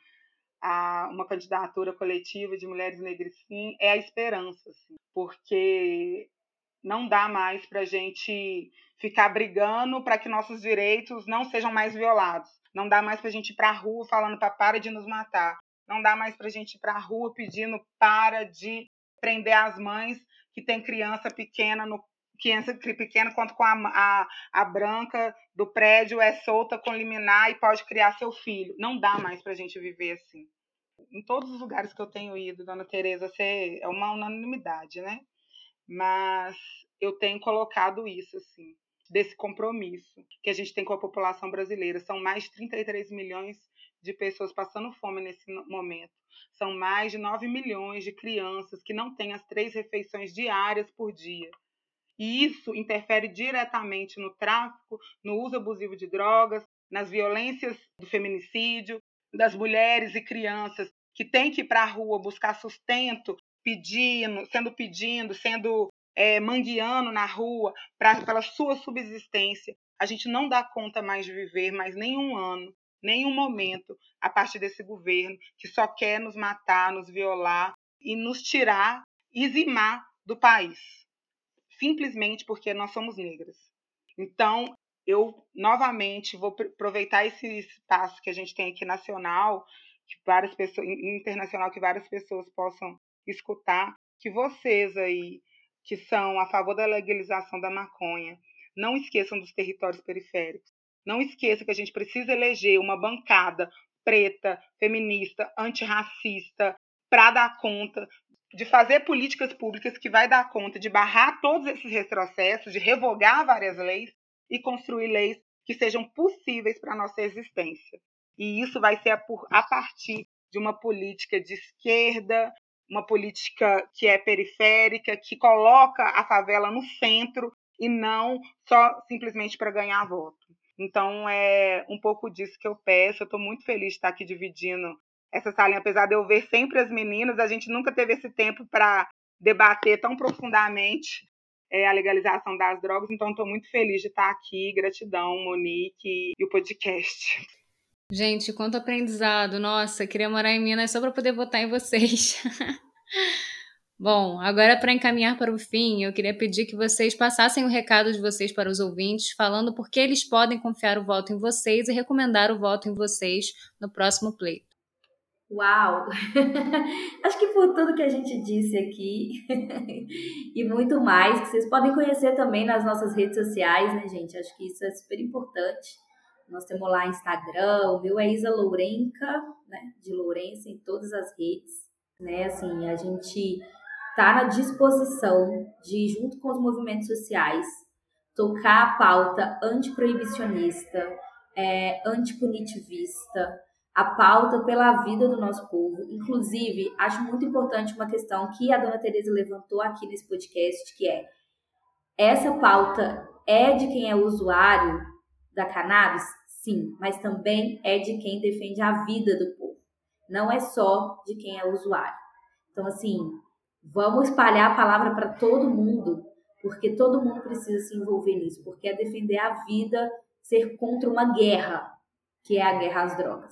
a uma candidatura coletiva de mulheres negras, sim, é a esperança, assim, porque não dá mais para a gente ficar brigando para que nossos direitos não sejam mais violados. Não dá mais para a gente ir para a rua falando para para de nos matar. Não dá mais para a gente ir para a rua pedindo para de prender as mães que tem criança pequena, no, criança pequena quanto com a, a, a branca do prédio é solta com liminar e pode criar seu filho. Não dá mais para a gente viver assim. Em todos os lugares que eu tenho ido, dona Tereza, você é uma unanimidade, né? Mas eu tenho colocado isso, assim, desse compromisso que a gente tem com a população brasileira. São mais de trinta e três milhões de pessoas passando fome nesse momento. São mais de nove milhões de crianças que não têm as três refeições diárias por dia. E isso interfere diretamente no tráfico, no uso abusivo de drogas, nas violências do feminicídio, das mulheres e crianças que têm que ir para a rua buscar sustento, pedindo, sendo pedindo, sendo é, mangueando na rua pra, pela sua subsistência. A gente não dá conta mais de viver mais nenhum ano, nenhum momento a partir desse governo que só quer nos matar, nos violar e nos tirar, eximar do país, simplesmente porque nós somos negras. Então, eu novamente vou aproveitar esse espaço que a gente tem aqui nacional, que várias pessoas, internacional, que várias pessoas possam escutar, que vocês aí, que são a favor da legalização da maconha, não esqueçam dos territórios periféricos. Não esqueçam que a gente precisa eleger uma bancada preta, feminista, antirracista, para dar conta de fazer políticas públicas que vai dar conta de barrar todos esses retrocessos, de revogar várias leis e construir leis que sejam possíveis para a nossa existência. E isso vai ser a, a partir de uma política de esquerda, uma política que é periférica, que coloca a favela no centro e não só simplesmente para ganhar voto. Então, é um pouco disso que eu peço. Eu estou muito feliz de estar aqui dividindo essa salinha. Apesar de eu ver sempre as meninas, a gente nunca teve esse tempo para debater tão profundamente é, a legalização das drogas. Então, estou muito feliz de estar aqui. Gratidão, Monique, e o podcast. Gente, quanto aprendizado. Nossa, queria morar em Minas só para poder votar em vocês. Bom, agora para encaminhar para o fim, eu queria pedir que vocês passassem o recado de vocês para os ouvintes, falando por que eles podem confiar o voto em vocês e recomendar o voto em vocês no próximo pleito. Uau! Acho que por tudo que a gente disse aqui e muito mais, que vocês podem conhecer também nas nossas redes sociais, né, gente? Acho que isso é super importante. Nós temos lá Instagram, o meu é Isa Lourenca, né, de Lourença, em todas as redes, né? Assim, a gente tá na disposição de, junto com os movimentos sociais, tocar a pauta antiproibicionista, é, antipunitivista, a pauta pela vida do nosso povo. Inclusive, acho muito importante uma questão que a dona Tereza levantou aqui nesse podcast, que é: essa pauta é de quem é usuário da cannabis? Sim, mas também é de quem defende a vida do povo. Não é só de quem é usuário. Então, assim, vamos espalhar a palavra para todo mundo, porque todo mundo precisa se envolver nisso, porque é defender a vida, ser contra uma guerra, que é a guerra às drogas.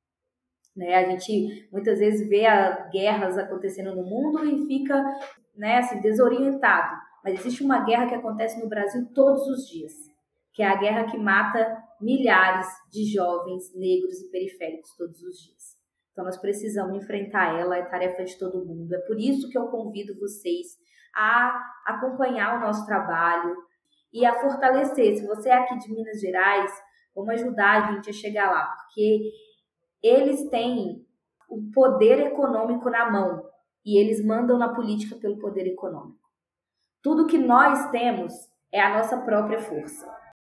Né? A gente muitas vezes vê as guerras acontecendo no mundo e fica, né, assim, desorientado. Mas existe uma guerra que acontece no Brasil todos os dias, que é a guerra que mata milhares de jovens negros e periféricos todos os dias. Então nós precisamos enfrentar ela, é tarefa de todo mundo. É por isso que eu convido vocês a acompanhar o nosso trabalho e a fortalecer. Se você é aqui de Minas Gerais, vamos ajudar a gente a chegar lá, porque eles têm o poder econômico na mão e eles mandam na política pelo poder econômico. Tudo que nós temos é a nossa própria força.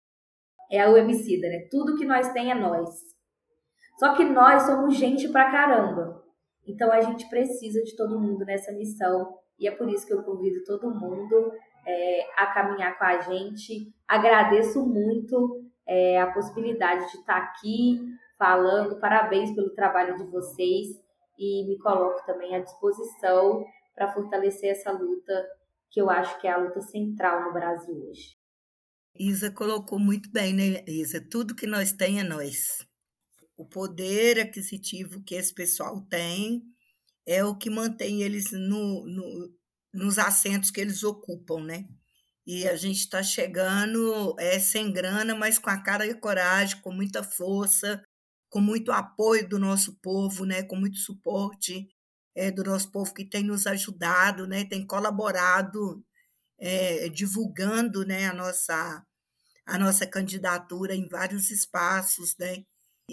É o Emicida, né? Tudo que nós temos é nós. Só que nós somos gente pra caramba. Então a gente precisa de todo mundo nessa missão e é por isso que eu convido todo mundo é, a caminhar com a gente. Agradeço muito é, a possibilidade de estar aqui falando. Parabéns pelo trabalho de vocês e me coloco também à disposição para fortalecer essa luta, que eu acho que é a luta central no Brasil hoje. Isa colocou muito bem, né, Isa? Tudo que nós temos é nós. O poder aquisitivo que esse pessoal tem é o que mantém eles no, no, nos assentos que eles ocupam, né? E a gente está chegando é, sem grana, mas com a cara e coragem, com muita força, com muito apoio do nosso povo, né? Com muito suporte é, do nosso povo que tem nos ajudado, né? Tem colaborado, é, divulgando, né, a nossa, a nossa candidatura em vários espaços, né?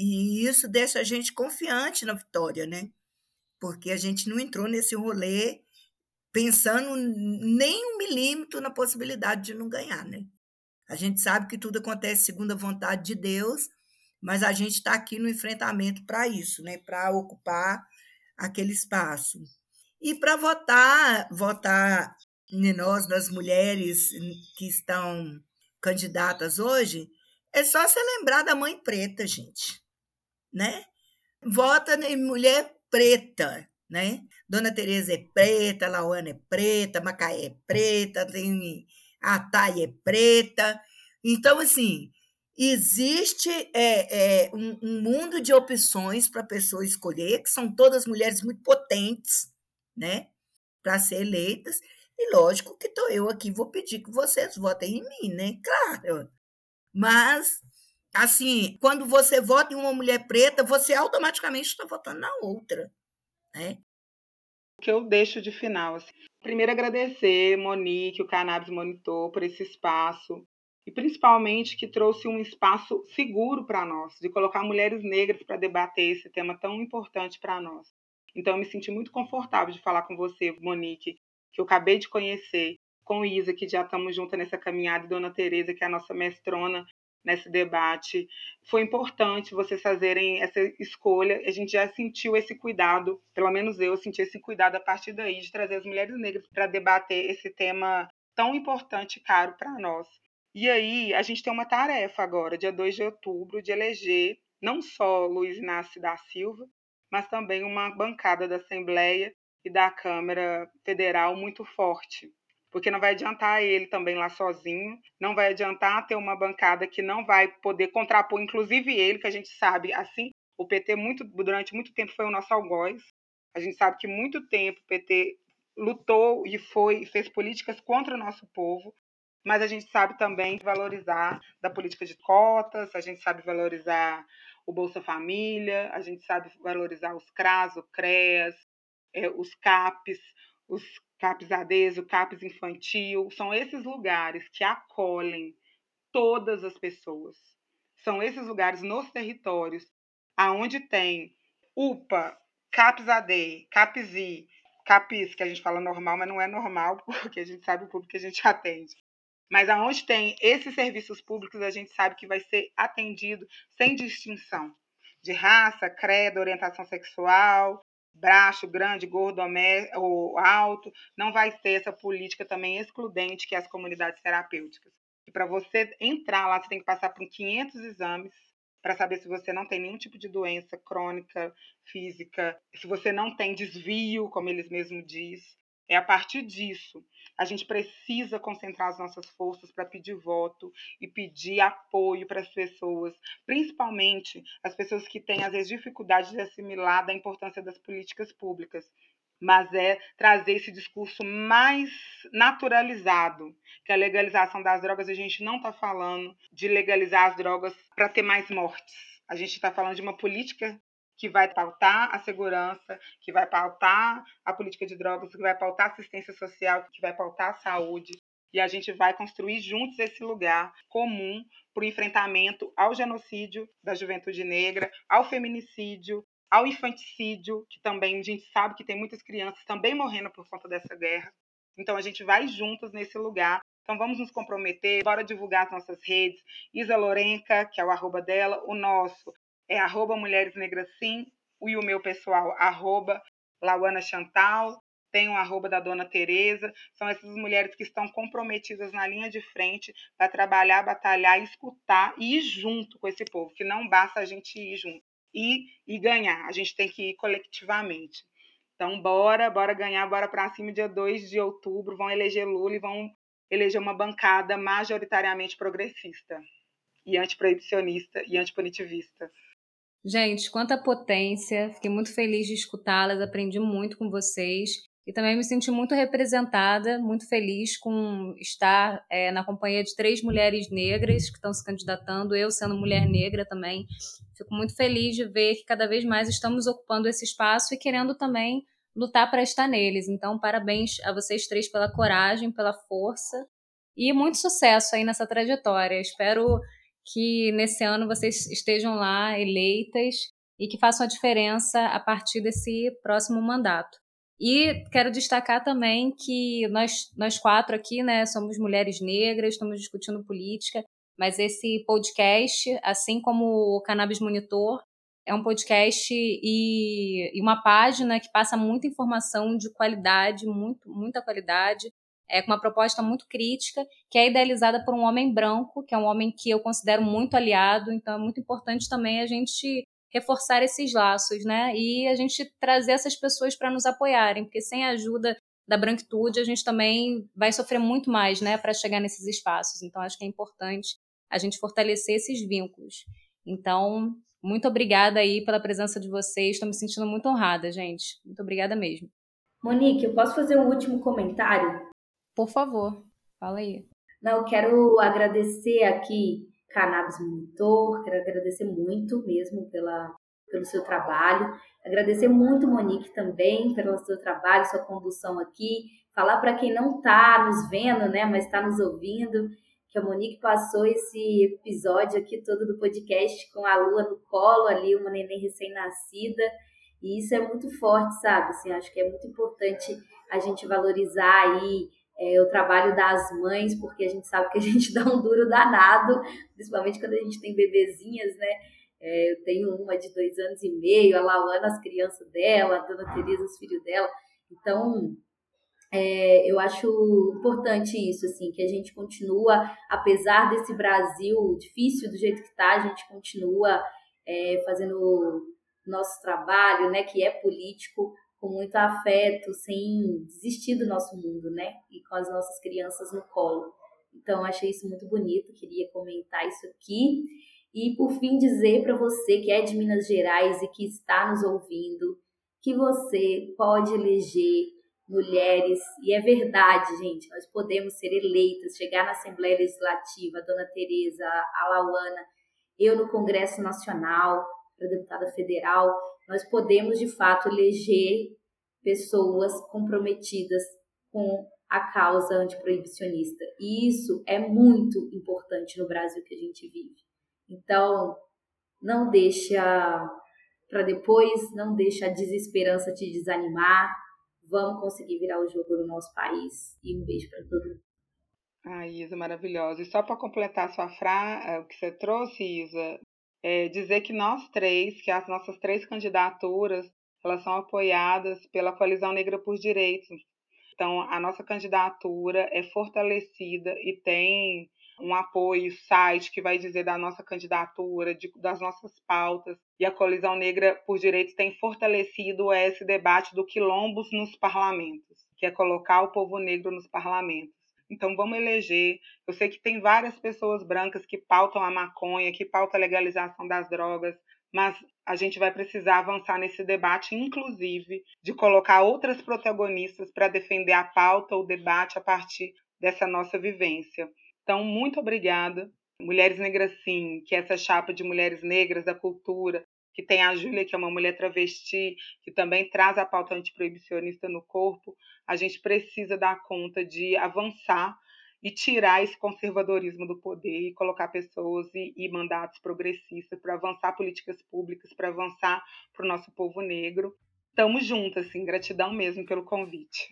E isso deixa a gente confiante na vitória, né? Porque a gente não entrou nesse rolê pensando nem um milímetro na possibilidade de não ganhar, né? A gente sabe que tudo acontece segundo a vontade de Deus, mas a gente está aqui no enfrentamento para isso, né? Para ocupar aquele espaço. E para votar, votar em nós, nas mulheres que estão candidatas hoje, é só se lembrar da Mãe Preta, gente, né? Vota em mulher preta, né? Dona Tereza é preta, Lauana é preta, Macaé é preta, tem a Thay é preta. Então, assim, existe é, é, um, um mundo de opções para a pessoa escolher, que são todas mulheres muito potentes, né? Para ser eleitas. E lógico que estou eu aqui, vou pedir que vocês votem em mim, né? Claro. Mas, assim, quando você vota em uma mulher preta, você automaticamente está votando na outra, né? O que eu deixo de final, assim, primeiro agradecer Monique, o Cannabis Monitor, por esse espaço e principalmente que trouxe um espaço seguro para nós, de colocar mulheres negras para debater esse tema tão importante para nós. Então, eu me senti muito confortável de falar com você, Monique, que eu acabei de conhecer, com Isa, que já estamos juntas nessa caminhada, e Dona Tereza, que é a nossa mestrona nesse debate. Foi importante vocês fazerem essa escolha. A gente já sentiu esse cuidado, pelo menos eu senti esse cuidado a partir daí, de trazer as mulheres negras para debater esse tema tão importante e caro para nós. E aí, a gente tem uma tarefa agora, dia dois de outubro, de eleger não só Luiz Inácio da Silva, mas também uma bancada da Assembleia e da Câmara Federal muito forte, porque não vai adiantar ele também lá sozinho, não vai adiantar ter uma bancada que não vai poder contrapor, inclusive ele, que a gente sabe, assim, o P T muito, durante muito tempo foi o nosso algoz, a gente sabe que muito tempo o P T lutou e foi fez políticas contra o nosso povo, mas a gente sabe também valorizar da política de cotas, a gente sabe valorizar o Bolsa Família, a gente sabe valorizar os CRAS, o CREAS, é, os CAPs, os CAPs A Ds, o CAPs infantil. São esses lugares que acolhem todas as pessoas. São esses lugares nos territórios aonde tem U P A, CAPs A D, CAPs I, CAPs, que a gente fala normal, mas não é normal, porque a gente sabe o público que a gente atende. Mas aonde tem esses serviços públicos, a gente sabe que vai ser atendido sem distinção de raça, credo, orientação sexual, baixo, grande, gordo ou alto. Não vai ter essa política também excludente que é as comunidades terapêuticas. E para você entrar lá, você tem que passar por quinhentos exames para saber se você não tem nenhum tipo de doença crônica, física, se você não tem desvio, como eles mesmos dizem. É a partir disso, a gente precisa concentrar as nossas forças para pedir voto e pedir apoio para as pessoas, principalmente as pessoas que têm, às vezes, dificuldade de assimilar da importância das políticas públicas, mas é trazer esse discurso mais naturalizado, que a legalização das drogas, a gente não está falando de legalizar as drogas para ter mais mortes. A gente está falando de uma política que vai pautar a segurança, que vai pautar a política de drogas, que vai pautar a assistência social, que vai pautar a saúde. E a gente vai construir juntos esse lugar comum para o enfrentamento ao genocídio da juventude negra, ao feminicídio, ao infanticídio, que também a gente sabe que tem muitas crianças também morrendo por conta dessa guerra. Então, a gente vai juntos nesse lugar. Então, vamos nos comprometer, bora divulgar as nossas redes. Isa Lorenca, que é o arroba dela, o nosso é arroba Mulheres Negras Sim, e o meu pessoal, arroba Lauana Chantal, tem o arroba da Dona Tereza. São essas mulheres que estão comprometidas na linha de frente para trabalhar, batalhar, escutar e ir junto com esse povo, que não basta a gente ir junto. Ir e ganhar, a gente tem que ir coletivamente. Então, bora, bora ganhar, bora para cima, dia dois de outubro, vão eleger Lula e vão eleger uma bancada majoritariamente progressista e antiproibicionista e antipunitivista. Gente, quanta potência, fiquei muito feliz de escutá-las, aprendi muito com vocês e também me senti muito representada, muito feliz com estar é, na companhia de três mulheres negras que estão se candidatando, eu sendo mulher negra também. Fico muito feliz de ver que cada vez mais estamos ocupando esse espaço e querendo também lutar para estar neles. Então, parabéns a vocês três pela coragem, pela força e muito sucesso aí nessa trajetória. Espero que nesse ano vocês estejam lá eleitas e que façam a diferença a partir desse próximo mandato. E quero destacar também que nós, nós quatro aqui, né, somos mulheres negras, estamos discutindo política, mas esse podcast, assim como o Cannabis Monitor, é um podcast e, e uma página que passa muita informação de qualidade, muito, muita qualidade, é, com uma proposta muito crítica, que é idealizada por um homem branco, que é um homem que eu considero muito aliado, então é muito importante também a gente reforçar esses laços, né? E a gente trazer essas pessoas para nos apoiarem, porque sem a ajuda da branquitude a gente também vai sofrer muito mais, né, para chegar nesses espaços. Então acho que é importante a gente fortalecer esses vínculos. Então, muito obrigada aí pela presença de vocês, estou me sentindo muito honrada, gente. Muito obrigada mesmo. Monique, eu posso fazer um último comentário? Por favor, fala aí. Não, eu quero agradecer aqui Cannabis Monitor, quero agradecer muito mesmo pela, pelo seu trabalho, agradecer muito, Monique, também pelo seu trabalho, sua condução aqui, falar para quem não está nos vendo, né, mas está nos ouvindo, que a Monique passou esse episódio aqui todo do podcast com a Lua no colo ali, uma neném recém-nascida, e isso é muito forte, sabe? Assim, acho que é muito importante a gente valorizar aí É, o trabalho das mães, porque a gente sabe que a gente dá um duro danado, principalmente quando a gente tem bebezinhas, né? É, eu tenho uma de dois anos e meio, a Lauana, as crianças dela, a Dona Teresa, os filhos dela. Então, é, eu acho importante isso, assim, que a gente continua, apesar desse Brasil difícil do jeito que está, a gente continua é, fazendo nosso trabalho, né? Que é político, com muito afeto, sem desistir do nosso mundo, né? E com as nossas crianças no colo. Então, achei isso muito bonito, queria comentar isso aqui. E, por fim, dizer para você que é de Minas Gerais e que está nos ouvindo, que você pode eleger mulheres, e é verdade, gente, nós podemos ser eleitas, chegar na Assembleia Legislativa, a dona Tereza, a Lauana, eu no Congresso Nacional, para deputada federal, nós podemos, de fato, eleger pessoas comprometidas com a causa antiproibicionista. E isso é muito importante no Brasil que a gente vive. Então, não deixa para depois, não deixa a desesperança te desanimar. Vamos conseguir virar o jogo no nosso país. E um beijo para todo mundo. Ah, Isa, maravilhosa. E só para completar sua frase, o que você trouxe, Isa, é dizer que nós três, que as nossas três candidaturas, elas são apoiadas pela Coalizão Negra por Direitos. Então, a nossa candidatura é fortalecida e tem um apoio, site que vai dizer da nossa candidatura, de, das nossas pautas. E a Coalizão Negra por Direitos tem fortalecido esse debate do quilombos nos parlamentos, que é colocar o povo negro nos parlamentos. Então, vamos eleger. Eu sei que tem várias pessoas brancas que pautam a maconha, que pautam a legalização das drogas, mas a gente vai precisar avançar nesse debate, inclusive, de colocar outras protagonistas para defender a pauta, o debate, a partir dessa nossa vivência. Então, muito obrigada. Mulheres Negras Sim, que é essa chapa de mulheres negras da cultura, que tem a Júlia, que é uma mulher travesti, que também traz a pauta antiproibicionista no corpo. A gente precisa dar conta de avançar e tirar esse conservadorismo do poder e colocar pessoas e, e mandatos progressistas para avançar políticas públicas, para avançar para o nosso povo negro. Estamos juntas, assim, gratidão mesmo pelo convite.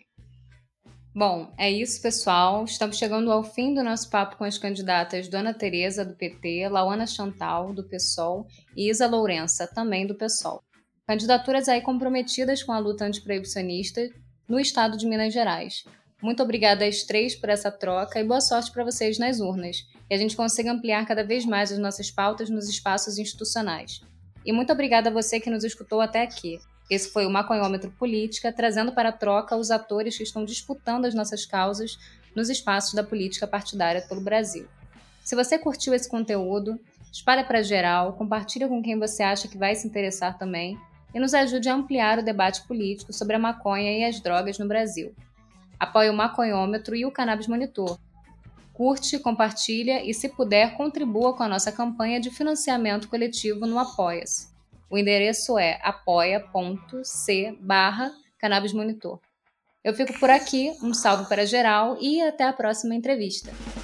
Bom, é isso, pessoal. Estamos chegando ao fim do nosso papo com as candidatas Dona Tereza, do P T, Lauana Chantal, do PSOL, e Isa Lourença, também do PSOL. Candidaturas aí comprometidas com a luta antiproibicionista no estado de Minas Gerais. Muito obrigada às três por essa troca e boa sorte para vocês nas urnas, que a gente consiga ampliar cada vez mais as nossas pautas nos espaços institucionais. E muito obrigada a você que nos escutou até aqui. Esse foi o Maconhômetro Política, trazendo para a troca os atores que estão disputando as nossas causas nos espaços da política partidária pelo Brasil. Se você curtiu esse conteúdo, espalhe para geral, compartilhe com quem você acha que vai se interessar também e nos ajude a ampliar o debate político sobre a maconha e as drogas no Brasil. Apoie o Maconhômetro e o Cannabis Monitor. Curte, compartilha e, se puder, contribua com a nossa campanha de financiamento coletivo no Apoia-se. O endereço é apoia.c barra Cannabis Monitor. Eu fico por aqui, um salve para geral e até a próxima entrevista.